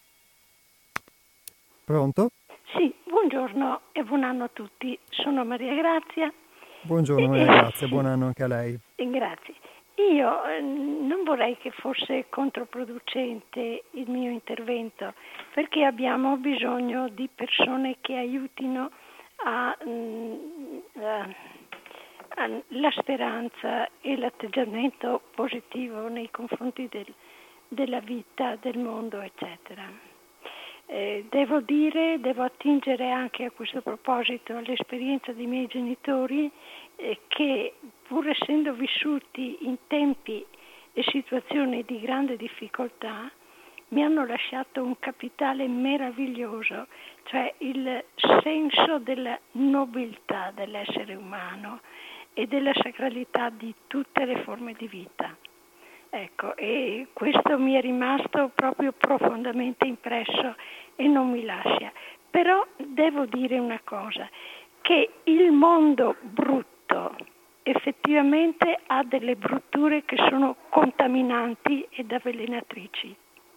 Pronto? Sì, buongiorno e buon anno a tutti, sono Maria Grazia. Buongiorno Maria Grazia, buon anno anche a lei. Grazie. Io eh, non vorrei che fosse controproducente il mio intervento, perché abbiamo bisogno di persone che aiutino a, mh, a, a la speranza e l'atteggiamento positivo nei confronti del, della vita, del mondo, eccetera. Eh, devo dire, devo attingere anche a questo proposito all'esperienza dei miei genitori eh, che pur essendo vissuti in tempi e situazioni di grande difficoltà mi hanno lasciato un capitale meraviglioso, cioè il senso della nobiltà dell'essere umano e della sacralità di tutte le forme di vita. Ecco, e questo mi è rimasto proprio profondamente impresso e non mi lascia. Però devo dire una cosa, che il mondo brutto effettivamente ha delle brutture che sono contaminanti ed avvelenatrici.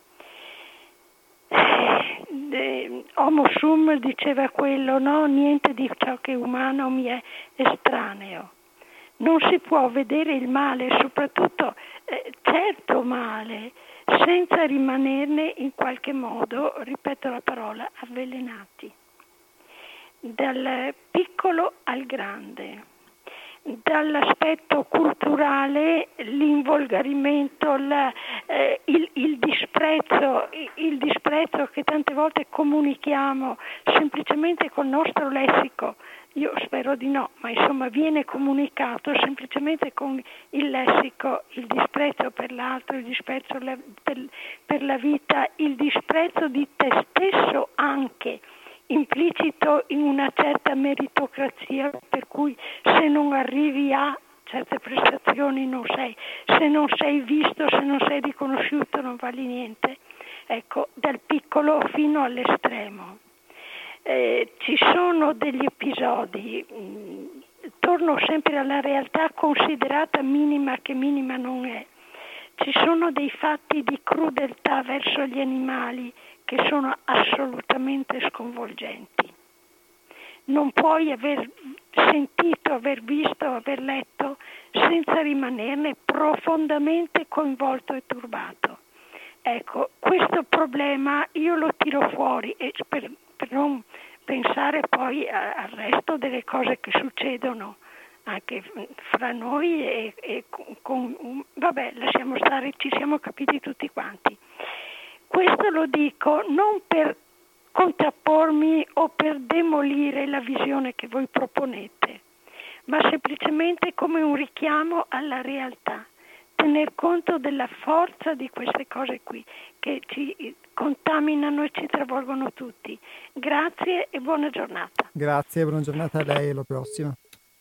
Eh, Homo sum diceva quello, no? Niente di ciò che è umano mi è estraneo. Non si può vedere il male, soprattutto eh, certo male, senza rimanerne in qualche modo, ripeto la parola, avvelenati. Dal piccolo al grande, dall'aspetto culturale, l'involgarimento, la, eh, il, il disprezzo, il disprezzo che tante volte comunichiamo semplicemente col nostro lessico. Io spero di no, ma insomma viene comunicato semplicemente con il lessico, il disprezzo per l'altro, il disprezzo per, per la vita, il disprezzo di te stesso anche, implicito in una certa meritocrazia, per cui se non arrivi a certe prestazioni non sei, se non sei visto, se non sei riconosciuto non vali niente. Ecco, dal piccolo fino all'estremo. Eh, ci sono degli episodi, mh, torno sempre alla realtà considerata minima che minima non è. ci sono dei fatti di crudeltà verso gli animali che sono assolutamente sconvolgenti. Non puoi aver sentito, aver visto, aver letto senza rimanerne profondamente coinvolto e turbato. Ecco, questo problema io lo tiro fuori e per, per non pensare poi a, al resto delle cose che succedono anche fra noi e, e con, con, vabbè, lasciamo stare, ci siamo capiti tutti quanti. Questo lo dico non per contrappormi o per demolire la visione che voi proponete, ma semplicemente come un richiamo alla realtà, tener conto della forza di queste cose qui che ci contaminano e ci travolgono tutti. Grazie e buona giornata. Grazie, buona giornata a lei e alla prossima.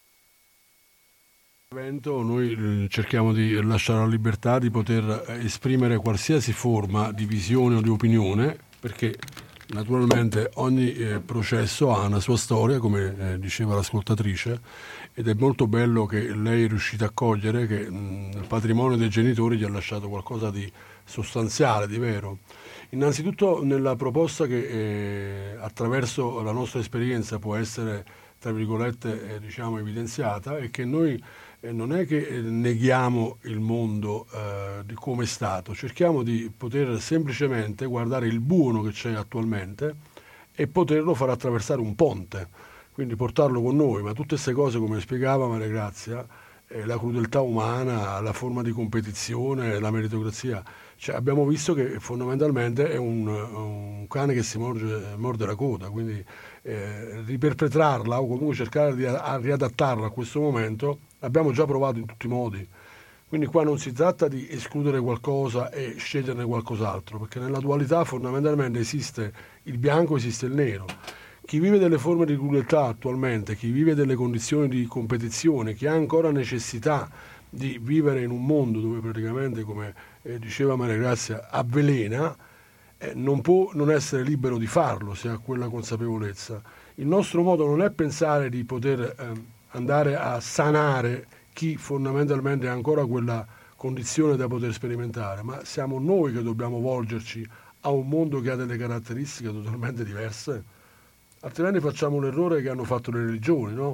Noi cerchiamo di lasciare la libertà di poter esprimere qualsiasi forma di visione o di opinione, perché naturalmente ogni eh, processo ha una sua storia, come eh, diceva l'ascoltatrice, ed è molto bello che lei è riuscita a cogliere che mh, il patrimonio dei genitori gli ha lasciato qualcosa di sostanziale, di vero. Innanzitutto nella proposta che eh, attraverso la nostra esperienza può essere, tra virgolette, eh, diciamo evidenziata, è che noi eh, non è che eh, neghiamo il mondo eh, di come è stato, cerchiamo di poter semplicemente guardare il buono che c'è attualmente e poterlo far attraversare un ponte, quindi portarlo con noi, ma tutte queste cose, come spiegava Maria Grazia, eh, la crudeltà umana, la forma di competizione, la meritocrazia, cioè, abbiamo visto che fondamentalmente è un, un cane che si morde, morde la coda, quindi eh, riperpetrarla o comunque cercare di a, riadattarla a questo momento l'abbiamo già provato in tutti i modi. Quindi qua non si tratta di escludere qualcosa e sceglierne qualcos'altro, perché nella dualità fondamentalmente esiste il bianco, esiste il nero. Chi vive delle forme di crudeltà attualmente, chi vive delle condizioni di competizione, chi ha ancora necessità di vivere in un mondo dove praticamente, come eh, diceva Maria Grazia, avvelena, eh, non può non essere libero di farlo se ha quella consapevolezza. Il nostro modo non è pensare di poter eh, andare a sanare chi fondamentalmente ha ancora quella condizione da poter sperimentare, ma siamo noi che dobbiamo volgerci a un mondo che ha delle caratteristiche totalmente diverse, altrimenti facciamo l'errore che hanno fatto le religioni, no?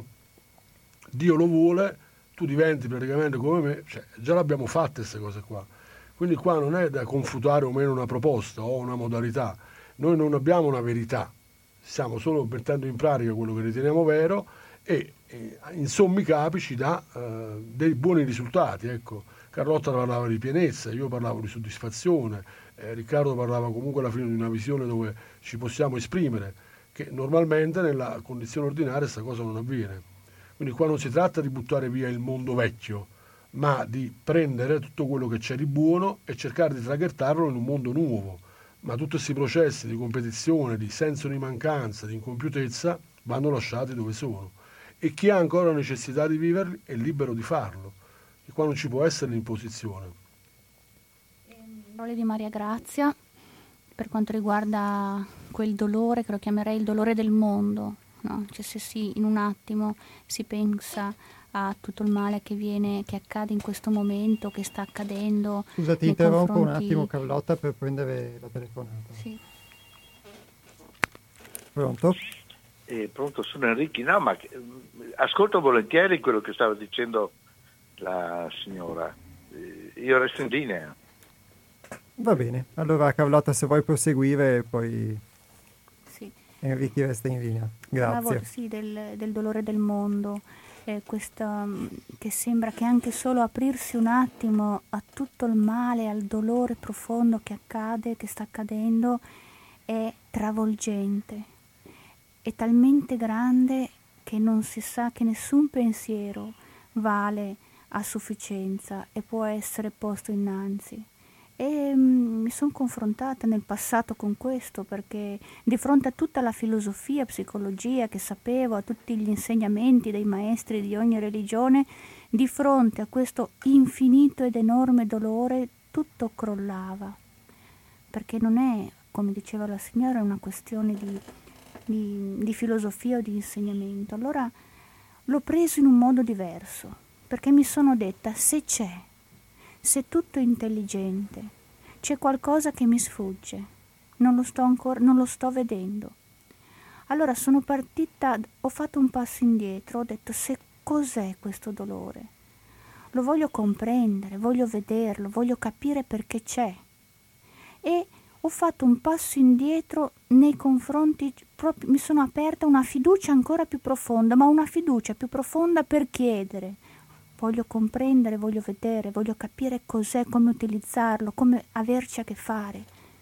Dio lo vuole, tu diventi praticamente come me, cioè, già l'abbiamo fatte queste cose qua. Quindi qua non è da confutare o meno una proposta o una modalità, noi non abbiamo una verità, stiamo solo mettendo in pratica quello che riteniamo vero e, e in sommi capi ci dà eh, dei buoni risultati. Ecco, Carlotta parlava di pienezza, io parlavo di soddisfazione, eh, Riccardo parlava comunque alla fine di una visione dove ci possiamo esprimere, che normalmente nella condizione ordinaria questa cosa non avviene. Quindi qua non si tratta di buttare via il mondo vecchio, ma di prendere tutto quello che c'è di buono e cercare di traghettarlo in un mondo nuovo. Ma tutti questi processi di competizione, di senso di mancanza, di incompiutezza, vanno lasciati dove sono. E chi ha ancora necessità di viverli è libero di farlo. E qua non ci può essere l'imposizione. Parole di Maria Grazia, per quanto riguarda quel dolore, che lo chiamerei il dolore del mondo, no? Cioè, se si, in un attimo si pensa a tutto il male che viene, che accade in questo momento, che sta accadendo. Scusa, ti interrompo confronti... un attimo, Carlotta, per prendere la telefonata. Sì. Pronto? Eh, pronto, sono Enrico. No, ma eh, ascolto volentieri quello che stava dicendo la signora. Eh, io resto in linea. Va bene, allora Carlotta, se vuoi proseguire, poi sì. Enrico resta in linea. Grazie. Parlavo, sì, del, del dolore del mondo, eh, questa, che sembra che anche solo aprirsi un attimo a tutto il male, al dolore profondo che accade, che sta accadendo, è travolgente, è talmente grande che non si sa, che nessun pensiero vale a sufficienza e può essere posto innanzi. E mm, mi sono confrontata nel passato con questo, perché di fronte a tutta la filosofia, psicologia che sapevo, a tutti gli insegnamenti dei maestri di ogni religione, di fronte a questo infinito ed enorme dolore tutto crollava, perché non è, come diceva la signora, una questione di, di, di filosofia o di insegnamento. Allora l'ho preso in un modo diverso, perché mi sono detta: se c'è se tutto è intelligente, c'è qualcosa che mi sfugge, non lo sto ancora, non lo sto vedendo. Allora sono partita, ho fatto un passo indietro, ho detto: se cos'è questo dolore? Lo voglio comprendere, voglio vederlo, voglio capire perché c'è. E ho fatto un passo indietro nei confronti, proprio, mi sono aperta una fiducia ancora più profonda, ma una fiducia più profonda per chiedere. Voglio comprendere, voglio vedere, voglio capire cos'è, come utilizzarlo, come averci a che fare.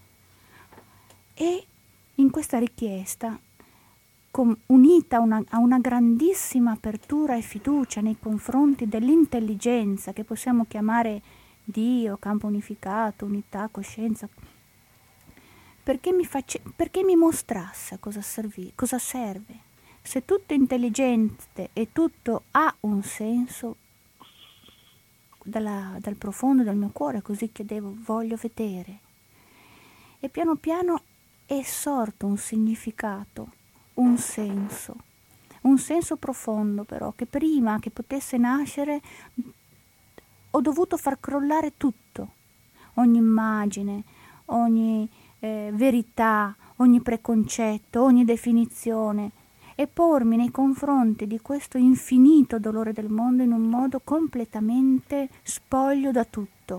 E in questa richiesta, com, unita a una, a una grandissima apertura e fiducia nei confronti dell'intelligenza, che possiamo chiamare Dio, campo unificato, unità, coscienza, perché mi, face, perché mi mostrasse cosa, servì, cosa serve. Se tutto è intelligente e tutto ha un senso, dalla, dal profondo del mio cuore, così chiedevo, voglio vedere. E piano piano è sorto un significato, un senso, un senso profondo però, che prima che potesse nascere ho dovuto far crollare tutto, ogni immagine, ogni eh, verità, ogni preconcetto, ogni definizione, e pormi nei confronti di questo infinito dolore del mondo in un modo completamente spoglio da tutto.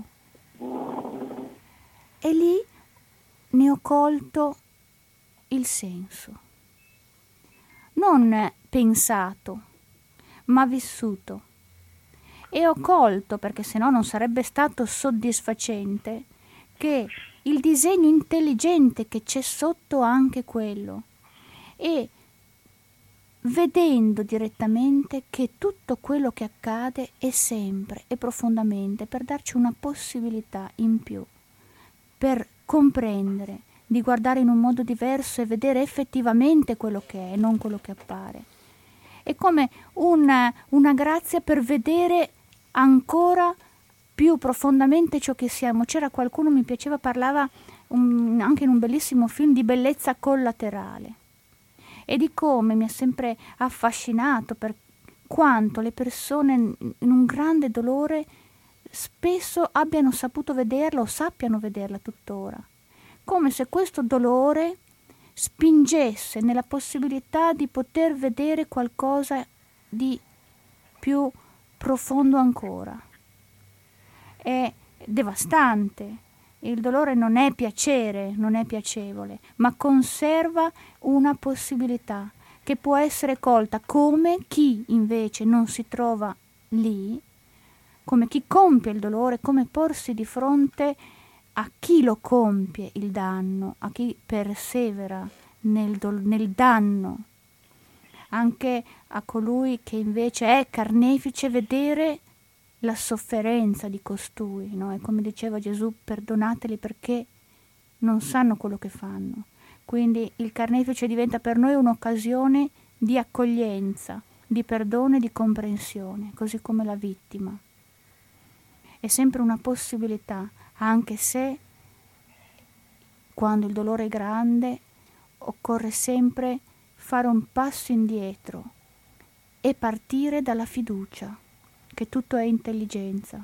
E lì ne ho colto il senso, non pensato, ma vissuto. E ho colto, perché sennò non sarebbe stato soddisfacente, che il disegno intelligente che c'è sotto anche quello, e vedendo direttamente che tutto quello che accade è sempre e profondamente per darci una possibilità in più, per comprendere, di guardare in un modo diverso e vedere effettivamente quello che è, non quello che appare. È come una, una grazia per vedere ancora più profondamente ciò che siamo. C'era qualcuno, mi piaceva, parlava un, anche in un bellissimo film, di bellezza collaterale, e di come mi ha sempre affascinato per quanto le persone in un grande dolore spesso abbiano saputo vederla o sappiano vederla tuttora, come se questo dolore spingesse nella possibilità di poter vedere qualcosa di più profondo ancora. È devastante. Il dolore non è piacere, non è piacevole, ma conserva una possibilità che può essere colta come chi invece non si trova lì, come chi compie il dolore, come porsi di fronte a chi lo compie il danno, a chi persevera nel, do- nel danno, anche a colui che invece è carnefice, vedere la sofferenza di costui, no? E come diceva Gesù, perdonateli perché non sanno quello che fanno. Quindi il carnefice diventa per noi un'occasione di accoglienza, di perdono e di comprensione, così come la vittima. È sempre una possibilità, anche se quando il dolore è grande occorre sempre fare un passo indietro e partire dalla fiducia che tutto è intelligenza.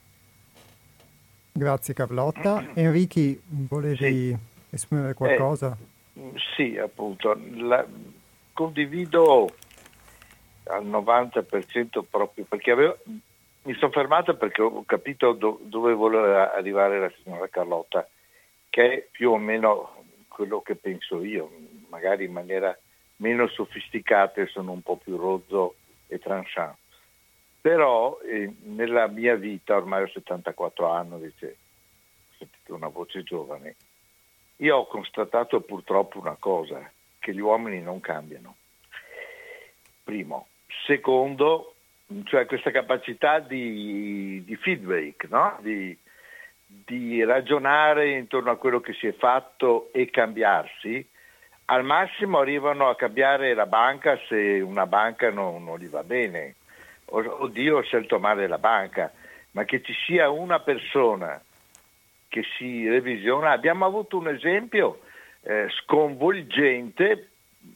Grazie Carlotta. Enrichi, volevi sì. esprimere qualcosa? Eh, sì, appunto. La, condivido al novanta per cento proprio perché avevo, mi sono fermato perché ho capito do, dove voleva arrivare la signora Carlotta, che è più o meno quello che penso io, magari in maniera meno sofisticata e sono un po' più rozzo e tranchant. Però eh, nella mia vita, ormai ho settantaquattro anni, dice, sentite una voce giovane, io ho constatato purtroppo una cosa, che gli uomini non cambiano. Primo. Secondo, cioè questa capacità di, di feedback, no? di, di ragionare intorno a quello che si è fatto e cambiarsi, al massimo arrivano a cambiare la banca se una banca non, non gli va bene. Oddio, ho scelto male la banca, ma che ci sia una persona che si revisiona. Abbiamo avuto un esempio eh, sconvolgente,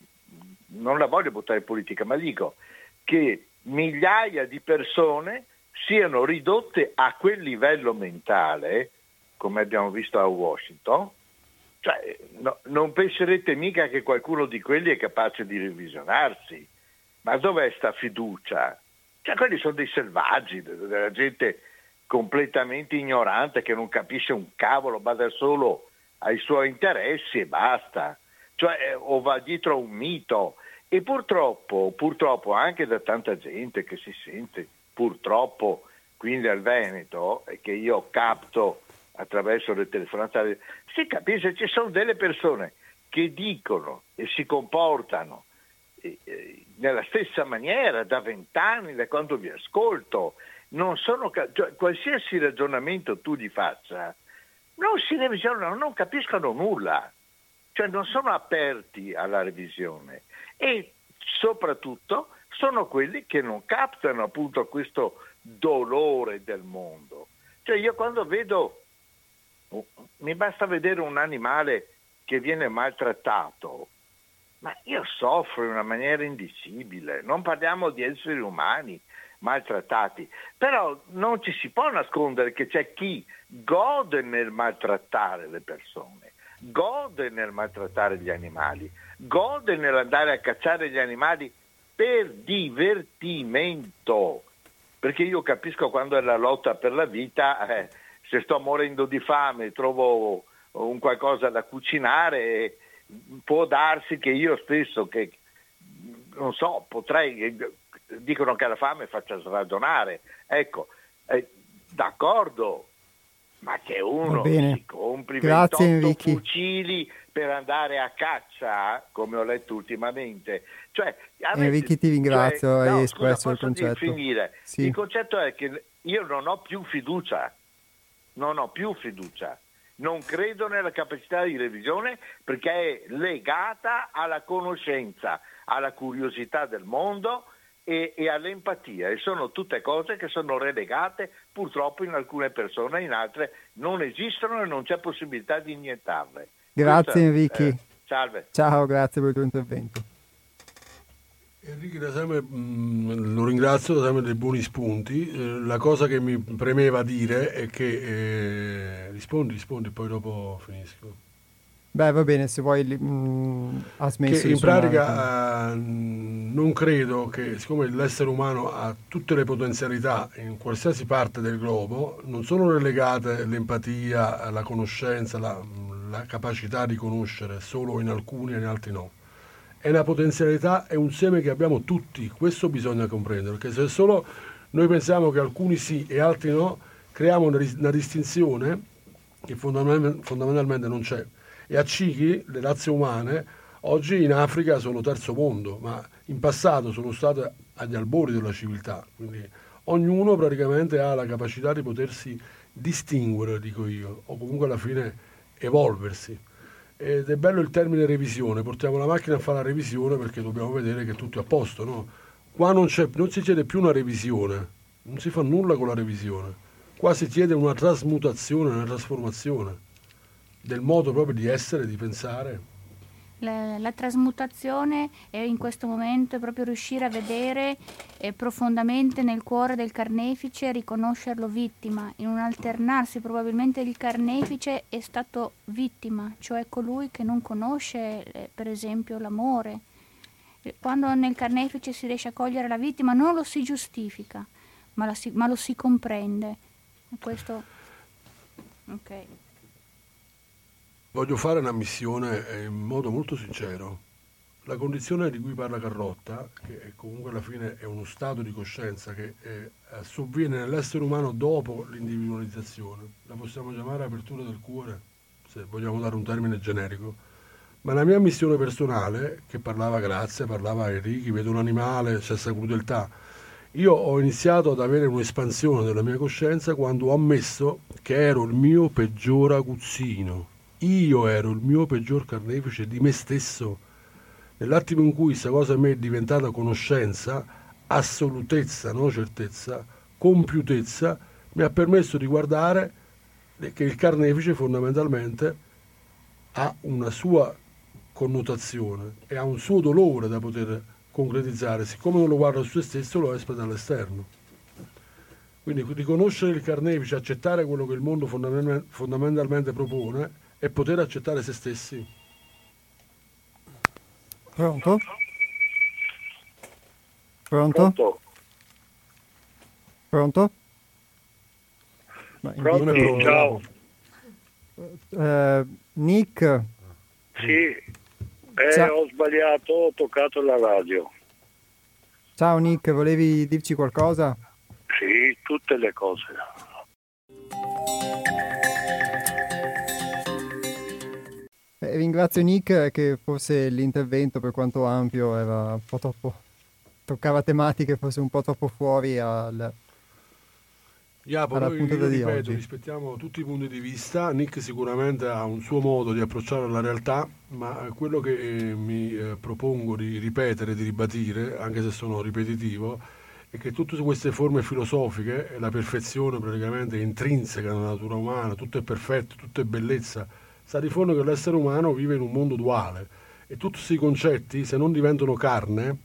non la voglio buttare in politica, ma dico che migliaia di persone siano ridotte a quel livello mentale, come abbiamo visto a Washington. Cioè, no, non penserete mica che qualcuno di quelli è capace di revisionarsi. Ma dov'è sta fiducia? Cioè, quelli sono dei selvaggi, della gente completamente ignorante che non capisce un cavolo, bada solo ai suoi interessi e basta. Cioè, o va dietro a un mito. E purtroppo, purtroppo anche da tanta gente che si sente, purtroppo, qui nel Veneto, e che io capto attraverso le telefonate, si capisce, ci sono delle persone che dicono e si comportano eh, eh, nella stessa maniera da vent'anni, da quando vi ascolto, non sono, cioè, qualsiasi ragionamento tu gli faccia, non si revisionano, non capiscono nulla, cioè non sono aperti alla revisione e soprattutto sono quelli che non captano appunto questo dolore del mondo. Cioè io quando vedo, mi basta vedere un animale che viene maltrattato, ma io soffro in una maniera indicibile, non parliamo di esseri umani maltrattati, però non ci si può nascondere che c'è chi gode nel maltrattare le persone, gode nel maltrattare gli animali, gode nell'andare a cacciare gli animali per divertimento, perché io capisco quando è la lotta per la vita, eh, se sto morendo di fame trovo un qualcosa da cucinare, può darsi che io stesso, che non so, potrei, dicono che la fame faccia ragionare, ecco, eh, d'accordo, ma che uno si compri Grazie, ventotto fucili per andare a caccia, come ho letto ultimamente, cioè Enrico ti ringrazio, cioè, hai no, espresso scusa, il concetto. Finire? Sì. Il concetto è che io non ho più fiducia, non ho più fiducia, non credo nella capacità di revisione perché è legata alla conoscenza, alla curiosità del mondo e, e all'empatia, e sono tutte cose che sono relegate purtroppo in alcune persone, in altre non esistono e non c'è possibilità di iniettarle. Grazie Enrico. Eh, salve. Ciao, grazie per il tuo intervento. Enrico, da sempre, mh, lo ringrazio, da sempre dei buoni spunti. Eh, la cosa che mi premeva dire è che eh, rispondi, rispondi, poi dopo finisco. Beh, va bene, se vuoi mh, ha smesso che di in suonare. pratica eh, non credo che, siccome l'essere umano ha tutte le potenzialità in qualsiasi parte del globo, non sono relegate l'empatia, la conoscenza, la, la capacità di conoscere solo in alcuni e in altri no. È una potenzialità, è un seme che abbiamo tutti, questo bisogna comprendere, perché se solo noi pensiamo che alcuni sì e altri no, creiamo una, una distinzione che fondamentalmente, fondamentalmente non c'è. E a Cichi, le razze umane, oggi in Africa sono terzo mondo, ma in passato sono state agli albori della civiltà, quindi ognuno praticamente ha la capacità di potersi distinguere, dico io, o comunque alla fine evolversi. Ed è bello il termine revisione, portiamo la macchina a fare la revisione perché dobbiamo vedere che tutto è a posto, no? Qua non, c'è, non si chiede più una revisione, non si fa nulla con la revisione, qua si chiede una trasmutazione, una trasformazione del modo proprio di essere, di pensare. La, la trasmutazione è in questo momento proprio riuscire a vedere eh, profondamente nel cuore del carnefice e riconoscerlo vittima. In un alternarsi probabilmente il carnefice è stato vittima, cioè colui che non conosce eh, per esempio l'amore. Quando nel carnefice si riesce a cogliere la vittima non lo si giustifica, ma, la si, ma lo si comprende. E questo... ok. Voglio fare una missione in modo molto sincero. La condizione di cui parla Carlotta, che comunque alla fine è uno stato di coscienza che eh, sovviene nell'essere umano dopo l'individualizzazione, la possiamo chiamare apertura del cuore, se vogliamo dare un termine generico. Ma la mia missione personale, che parlava Grazia, parlava Enrico, vedo un animale, senza crudeltà, io ho iniziato ad avere un'espansione della mia coscienza quando ho ammesso che ero il mio peggior aguzzino. Io ero il mio peggior carnefice di me stesso. Nell'attimo in cui questa cosa a me è diventata conoscenza, assolutezza, no certezza, compiutezza, mi ha permesso di guardare che il carnefice fondamentalmente ha una sua connotazione e ha un suo dolore da poter concretizzare. Siccome non lo guarda su se stesso, lo espleta all'esterno. Quindi riconoscere il carnefice, accettare quello che il mondo fondamental- fondamentalmente propone e poter accettare se stessi. Pronto? Pronto? Pronto? Pronto? Ma Pronto? Non è pronto, Ciao. Eh, Nick, Sì, eh, Ciao. ho sbagliato, ho toccato la radio. ciao Nick, volevi dirci qualcosa? Sì, tutte le cose. Eh, ringrazio Nick, che forse l'intervento, per quanto ampio, era un po' troppo, toccava tematiche forse un po' troppo fuori al, Japo, alla noi, puntata io di ripeto, oggi. rispettiamo tutti i punti di vista. Nick sicuramente ha un suo modo di approcciare la realtà, ma quello che eh, mi eh, propongo di ripetere, di ribadire, anche se sono ripetitivo, è che tutte queste forme filosofiche e la perfezione praticamente intrinseca nella natura umana, tutto è perfetto, tutto è bellezza, sta di fondo che l'essere umano vive in un mondo duale e tutti questi concetti, se non diventano carne,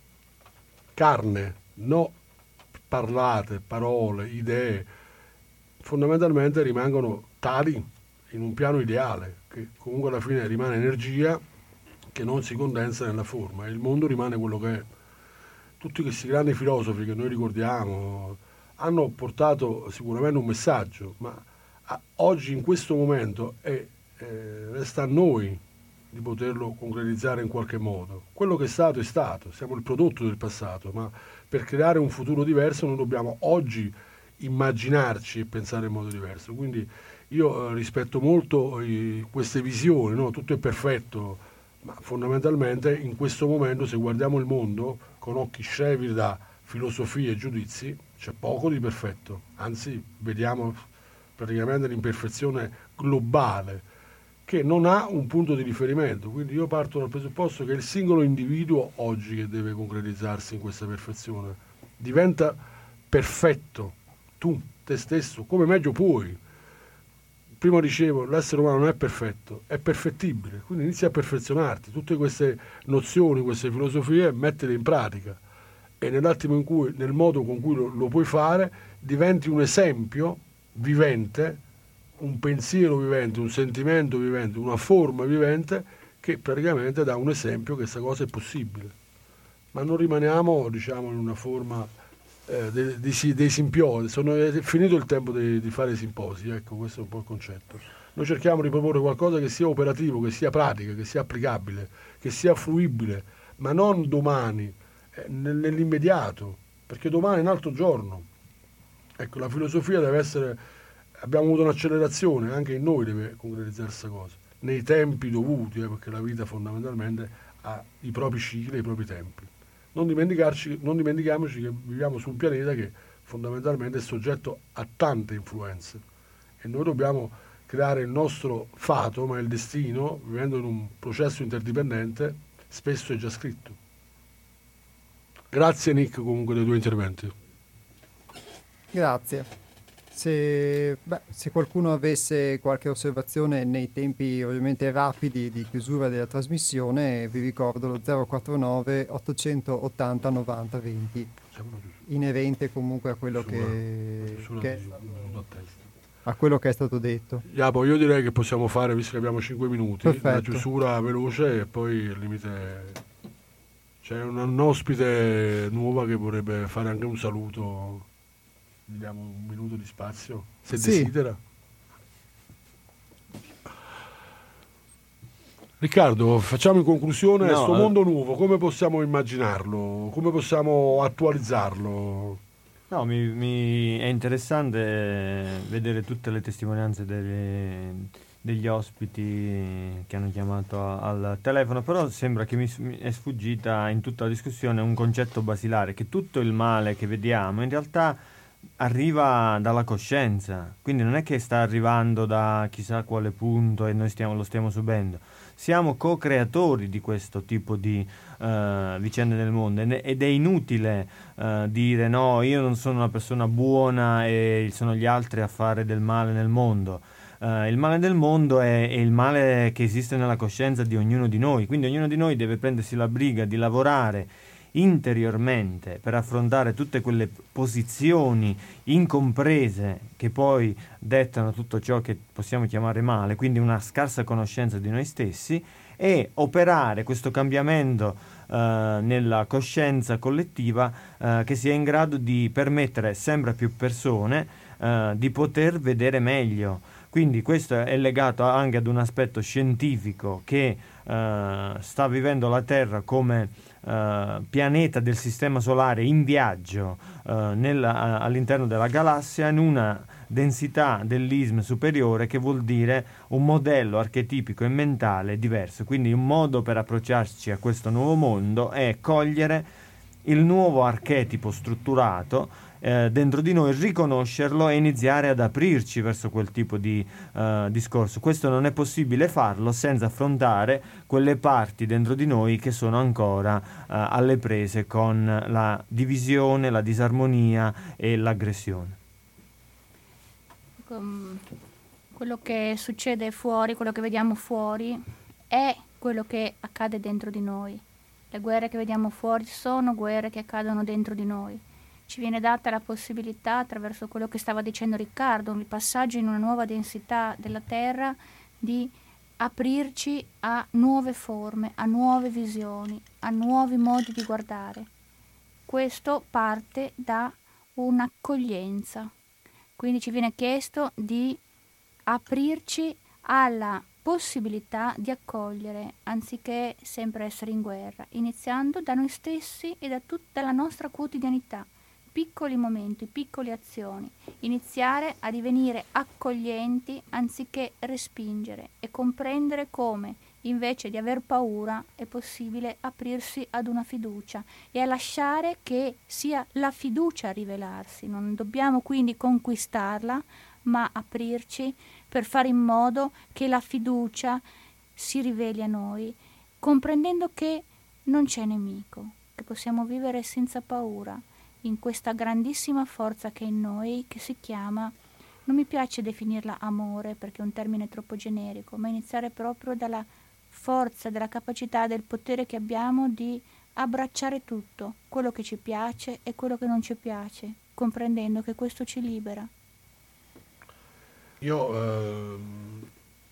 carne, no parlate, parole, idee, fondamentalmente rimangono tali in un piano ideale, che comunque alla fine rimane energia che non si condensa nella forma e il mondo rimane quello che è. Tutti questi grandi filosofi che noi ricordiamo hanno portato sicuramente un messaggio, ma a, oggi in questo momento è, eh, resta a noi di poterlo concretizzare in qualche modo. Quello che è stato è stato, siamo il prodotto del passato, ma per creare un futuro diverso noi dobbiamo oggi immaginarci e pensare in modo diverso. Quindi io eh, rispetto molto eh, queste visioni, no? Tutto è perfetto, ma fondamentalmente in questo momento, se guardiamo il mondo con occhi scevri da filosofie e giudizi, c'è poco di perfetto, anzi vediamo praticamente l'imperfezione globale che non ha un punto di riferimento. Quindi io parto dal presupposto che è il singolo individuo oggi che deve concretizzarsi in questa perfezione, diventa perfetto tu, te stesso, come meglio puoi. Prima dicevo, l'essere umano non è perfetto, è perfettibile, quindi inizi a perfezionarti. Tutte queste nozioni, queste filosofie, mettile in pratica e nell'attimo in cui, nel modo con cui lo, lo puoi fare, diventi un esempio vivente, un pensiero vivente, un sentimento vivente, una forma vivente che praticamente dà un esempio che questa cosa è possibile. Ma non rimaniamo, diciamo, in una forma Eh, dei, dei, dei simposi. Sono, è finito il tempo di, di fare i simposi, ecco, questo è un po' il concetto. Noi cerchiamo di proporre qualcosa che sia operativo, che sia pratica, che sia applicabile, che sia fruibile, ma non domani, eh, nell'immediato, perché domani è un altro giorno. Ecco, la filosofia deve essere, abbiamo avuto un'accelerazione, anche in noi deve concretizzare questa cosa, nei tempi dovuti, eh, perché la vita fondamentalmente ha i propri cicli, i propri tempi. Non dimenticarci, non dimentichiamoci che viviamo su un pianeta che fondamentalmente è soggetto a tante influenze e noi dobbiamo creare il nostro fato, ma il destino, vivendo in un processo interdipendente, spesso è già scritto. Grazie Nick comunque dei tuoi interventi. Grazie. Se, beh, se qualcuno avesse qualche osservazione nei tempi ovviamente rapidi di chiusura della trasmissione, vi ricordo lo zero quattro nove ottocentottanta novanta venti, inerente comunque a quello che, che a quello che è stato detto. Japo, io direi che possiamo fare, visto che abbiamo cinque minuti, Perfetto. una chiusura veloce e poi al limite c'è un, un ospite nuova che vorrebbe fare anche un saluto. Gli diamo un minuto di spazio, se Sì. desidera. Riccardo, facciamo in conclusione No, questo eh. mondo nuovo, come possiamo immaginarlo? Come possiamo attualizzarlo? No, mi, mi- è interessante vedere tutte le testimonianze delle- degli ospiti che hanno chiamato a- al telefono, però sembra che mi, s- mi è sfuggita in tutta la discussione un concetto basilare, che tutto il male che vediamo in realtà arriva dalla coscienza, quindi non è che sta arrivando da chissà quale punto e noi stiamo, lo stiamo subendo. Siamo co-creatori di questo tipo di eh, vicende nel mondo ed è- ed è inutile eh, dire no, io non sono una persona buona e sono gli altri a fare del male nel mondo. Eh, il male del mondo è, è il male che esiste nella coscienza di ognuno di noi, quindi ognuno di noi deve prendersi la briga di lavorare interiormente per affrontare tutte quelle posizioni incomprese che poi dettano tutto ciò che possiamo chiamare male, quindi una scarsa conoscenza di noi stessi, e operare questo cambiamento eh, nella coscienza collettiva eh, che sia in grado di permettere sempre a più persone eh, di poter vedere meglio. Quindi questo è legato anche ad un aspetto scientifico che eh, sta vivendo la Terra come eh, pianeta del Sistema Solare in viaggio eh, nel, all'interno della galassia in una densità dell'I S M superiore, che vuol dire un modello archetipico e mentale diverso. Quindi un modo per approcciarci a questo nuovo mondo è cogliere il nuovo archetipo strutturato eh, dentro di noi, riconoscerlo e iniziare ad aprirci verso quel tipo di eh, discorso. Questo non è possibile farlo senza affrontare quelle parti dentro di noi che sono ancora eh, alle prese con la divisione, la disarmonia e l'aggressione. Quello che succede fuori, quello che vediamo fuori, è quello che accade dentro di noi. Le guerre che vediamo fuori sono guerre che accadono dentro di noi. Ci viene data la possibilità, attraverso quello che stava dicendo Riccardo, il passaggio in una nuova densità della Terra, di aprirci a nuove forme, a nuove visioni, a nuovi modi di guardare. Questo parte da un'accoglienza. Quindi ci viene chiesto di aprirci alla possibilità di accogliere, anziché sempre essere in guerra, iniziando da noi stessi e da tutta la nostra quotidianità. Piccoli momenti, piccole azioni, iniziare a divenire accoglienti anziché respingere e comprendere come, invece di aver paura, è possibile aprirsi ad una fiducia e a lasciare che sia la fiducia a rivelarsi. Non dobbiamo quindi conquistarla, ma aprirci per fare in modo che la fiducia si riveli a noi, comprendendo che non c'è nemico, che possiamo vivere senza paura in questa grandissima forza che è in noi, che si chiama, non mi piace definirla amore perché è un termine troppo generico, ma iniziare proprio dalla forza, della capacità, del potere che abbiamo di abbracciare tutto, quello che ci piace e quello che non ci piace, comprendendo che questo ci libera. Io ehm,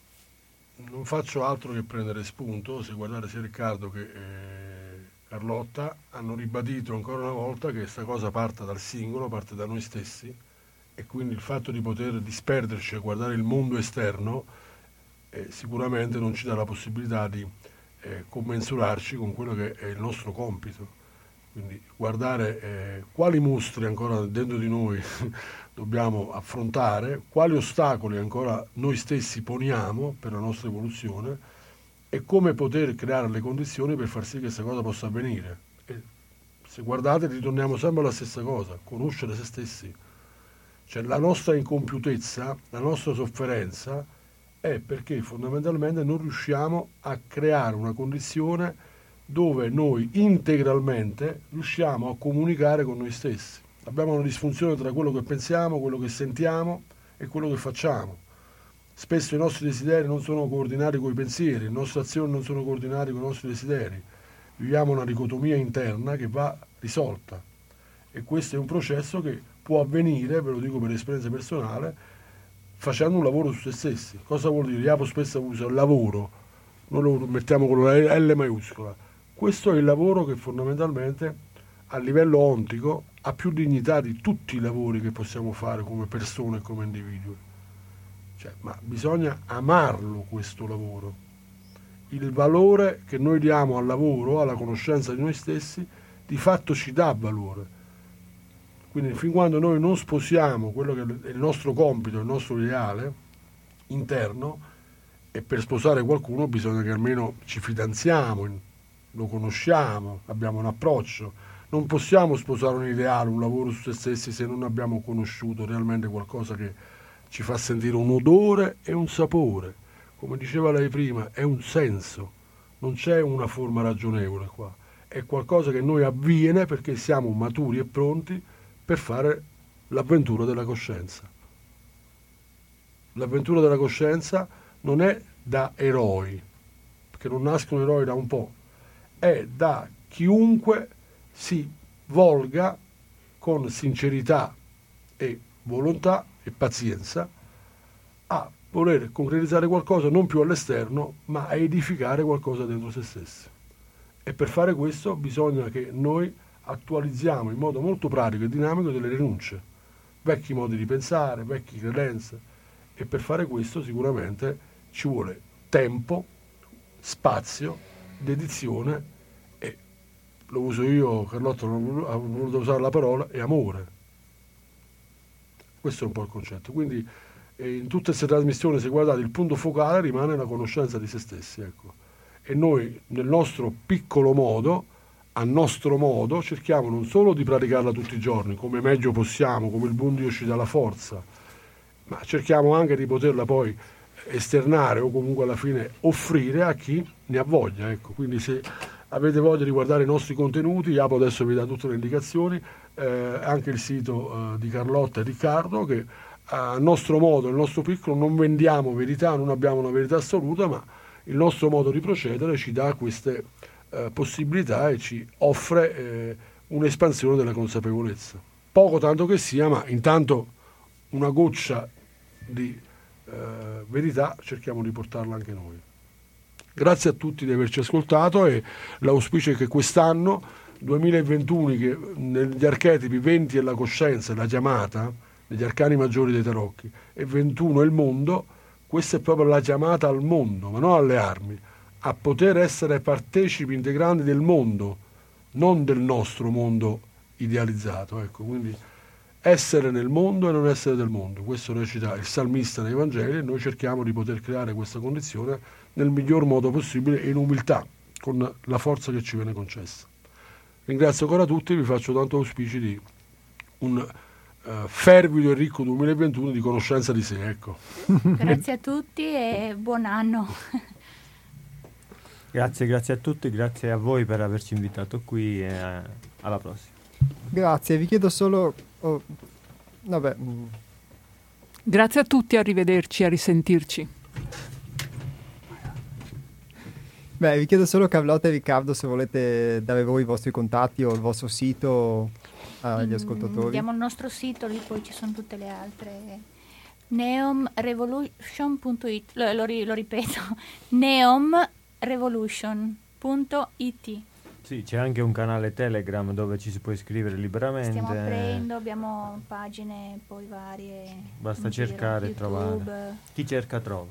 non faccio altro che prendere spunto, se guardate sia Riccardo che eh, Carlotta hanno ribadito ancora una volta che questa cosa parte dal singolo, parte da noi stessi, e quindi il fatto di poter disperderci a guardare il mondo esterno eh, sicuramente non ci dà la possibilità di eh, commensurarci con quello che è il nostro compito. Quindi guardare eh, quali mostri ancora dentro di noi dobbiamo affrontare, quali ostacoli ancora noi stessi poniamo per la nostra evoluzione e come poter creare le condizioni per far sì che questa cosa possa avvenire. E se guardate ritorniamo sempre alla stessa cosa, conoscere se stessi. Cioè la nostra incompiutezza, la nostra sofferenza è perché fondamentalmente non riusciamo a creare una condizione dove noi integralmente riusciamo a comunicare con noi stessi. Abbiamo una disfunzione tra quello che pensiamo, quello che sentiamo e quello che facciamo. Spesso i nostri desideri non sono coordinati con i pensieri, le nostre azioni non sono coordinate con i nostri desideri. Viviamo una dicotomia interna che va risolta e questo è un processo che può avvenire, ve lo dico per esperienza personale, facendo un lavoro su se stessi. Cosa vuol dire? Iapo spesso usa il lavoro, noi lo mettiamo con la L maiuscola. Questo è il lavoro che fondamentalmente a livello ontico ha più dignità di tutti i lavori che possiamo fare come persone e come individui. Cioè, ma bisogna amarlo questo lavoro. Il valore che noi diamo al lavoro, alla conoscenza di noi stessi, di fatto ci dà valore. Quindi fin quando noi non sposiamo quello che è il nostro compito, il nostro ideale interno, e per sposare qualcuno bisogna che almeno ci fidanziamo, lo conosciamo, abbiamo un approccio. Non possiamo sposare un ideale, un lavoro su se stessi se non abbiamo conosciuto realmente qualcosa che ci fa sentire un odore e un sapore. Come diceva lei prima, è un senso, non c'è una forma ragionevole qua. È qualcosa che noi avviene perché siamo maturi e pronti per fare l'avventura della coscienza. L'avventura della coscienza non è da eroi, perché non nascono eroi da un po', è da chiunque si volga con sincerità e volontà e pazienza a voler concretizzare qualcosa non più all'esterno, ma a edificare qualcosa dentro se stessi. E per fare questo bisogna che noi attualizziamo in modo molto pratico e dinamico delle rinunce, vecchi modi di pensare, vecchie credenze, e per fare questo sicuramente ci vuole tempo, spazio, dedizione e, lo uso io, Carlotta non ha voluto usare la parola, e amore. Questo è un po' il concetto. Quindi eh, in tutte queste trasmissioni, se guardate, il punto focale rimane la conoscenza di se stessi, ecco. E noi nel nostro piccolo modo, a nostro modo, cerchiamo non solo di praticarla tutti i giorni come meglio possiamo, come il buon Dio ci dà la forza, ma cerchiamo anche di poterla poi esternare o comunque alla fine offrire a chi ne ha voglia, ecco. Quindi se avete voglia di guardare i nostri contenuti, Iapo adesso vi dà tutte le indicazioni, eh, anche il sito eh, di Carlotta e Riccardo, che a nostro modo, nel nostro piccolo, non vendiamo verità, non abbiamo una verità assoluta, ma il nostro modo di procedere ci dà queste eh, possibilità e ci offre eh, un'espansione della consapevolezza. Poco tanto che sia, ma intanto una goccia di eh, verità cerchiamo di portarla anche noi. Grazie a tutti di averci ascoltato, e l'auspicio è che quest'anno duemilaventuno, che negli archetipi venti è la coscienza, la chiamata, negli arcani maggiori dei tarocchi, e ventuno è il mondo, questa è proprio la chiamata al mondo, ma non alle armi, a poter essere partecipi integranti del mondo, non del nostro mondo idealizzato, ecco. Quindi essere nel mondo e non essere del mondo, questo recita il salmista nei Vangeli, e noi cerchiamo di poter creare questa condizione nel miglior modo possibile e in umiltà, con la forza che ci viene concessa. Ringrazio ancora tutti, vi faccio tanto auspici di un Uh, fervido e ricco duemilaventuno di conoscenza di sé, ecco. Grazie a tutti e buon anno. Grazie, grazie a tutti, grazie a voi per averci invitato qui, e uh, alla prossima. Grazie, vi chiedo solo oh, vabbè. Grazie a tutti, arrivederci, a risentirci. Beh, vi chiedo solo, Carlotta e Riccardo, se volete dare voi i vostri contatti o il vostro sito agli ascoltatori. Diamo il nostro sito, lì poi ci sono tutte le altre. neom revolution punto it, lo, lo, lo ripeto, neom revolution punto it. Sì, c'è anche un canale Telegram dove ci si può iscrivere liberamente. Stiamo aprendo, abbiamo pagine poi varie. Basta cercare e trovare. Chi cerca trova.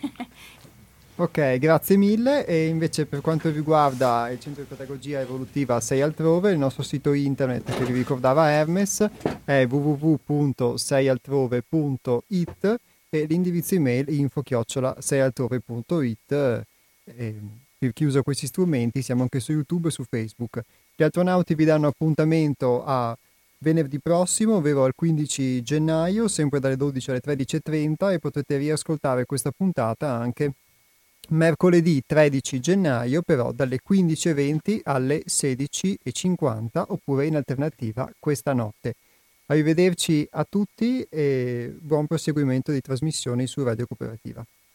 Ok, grazie mille. E invece per quanto riguarda il Centro di Pedagogia Evolutiva sei altrove, il nostro sito internet che vi ricordava Hermes è w w w punto sei altrove punto it e l'indirizzo email info chiocciola sei altrove punto it. E per chi usa questi strumenti siamo anche su YouTube e su Facebook. Gli astronauti vi danno appuntamento a venerdì prossimo, ovvero al quindici gennaio, sempre dalle dodici alle tredici e trenta, e potete riascoltare questa puntata anche mercoledì tredici gennaio, però dalle quindici e venti alle sedici e cinquanta, oppure in alternativa questa notte. Arrivederci a tutti e buon proseguimento di trasmissioni su Radio Cooperativa.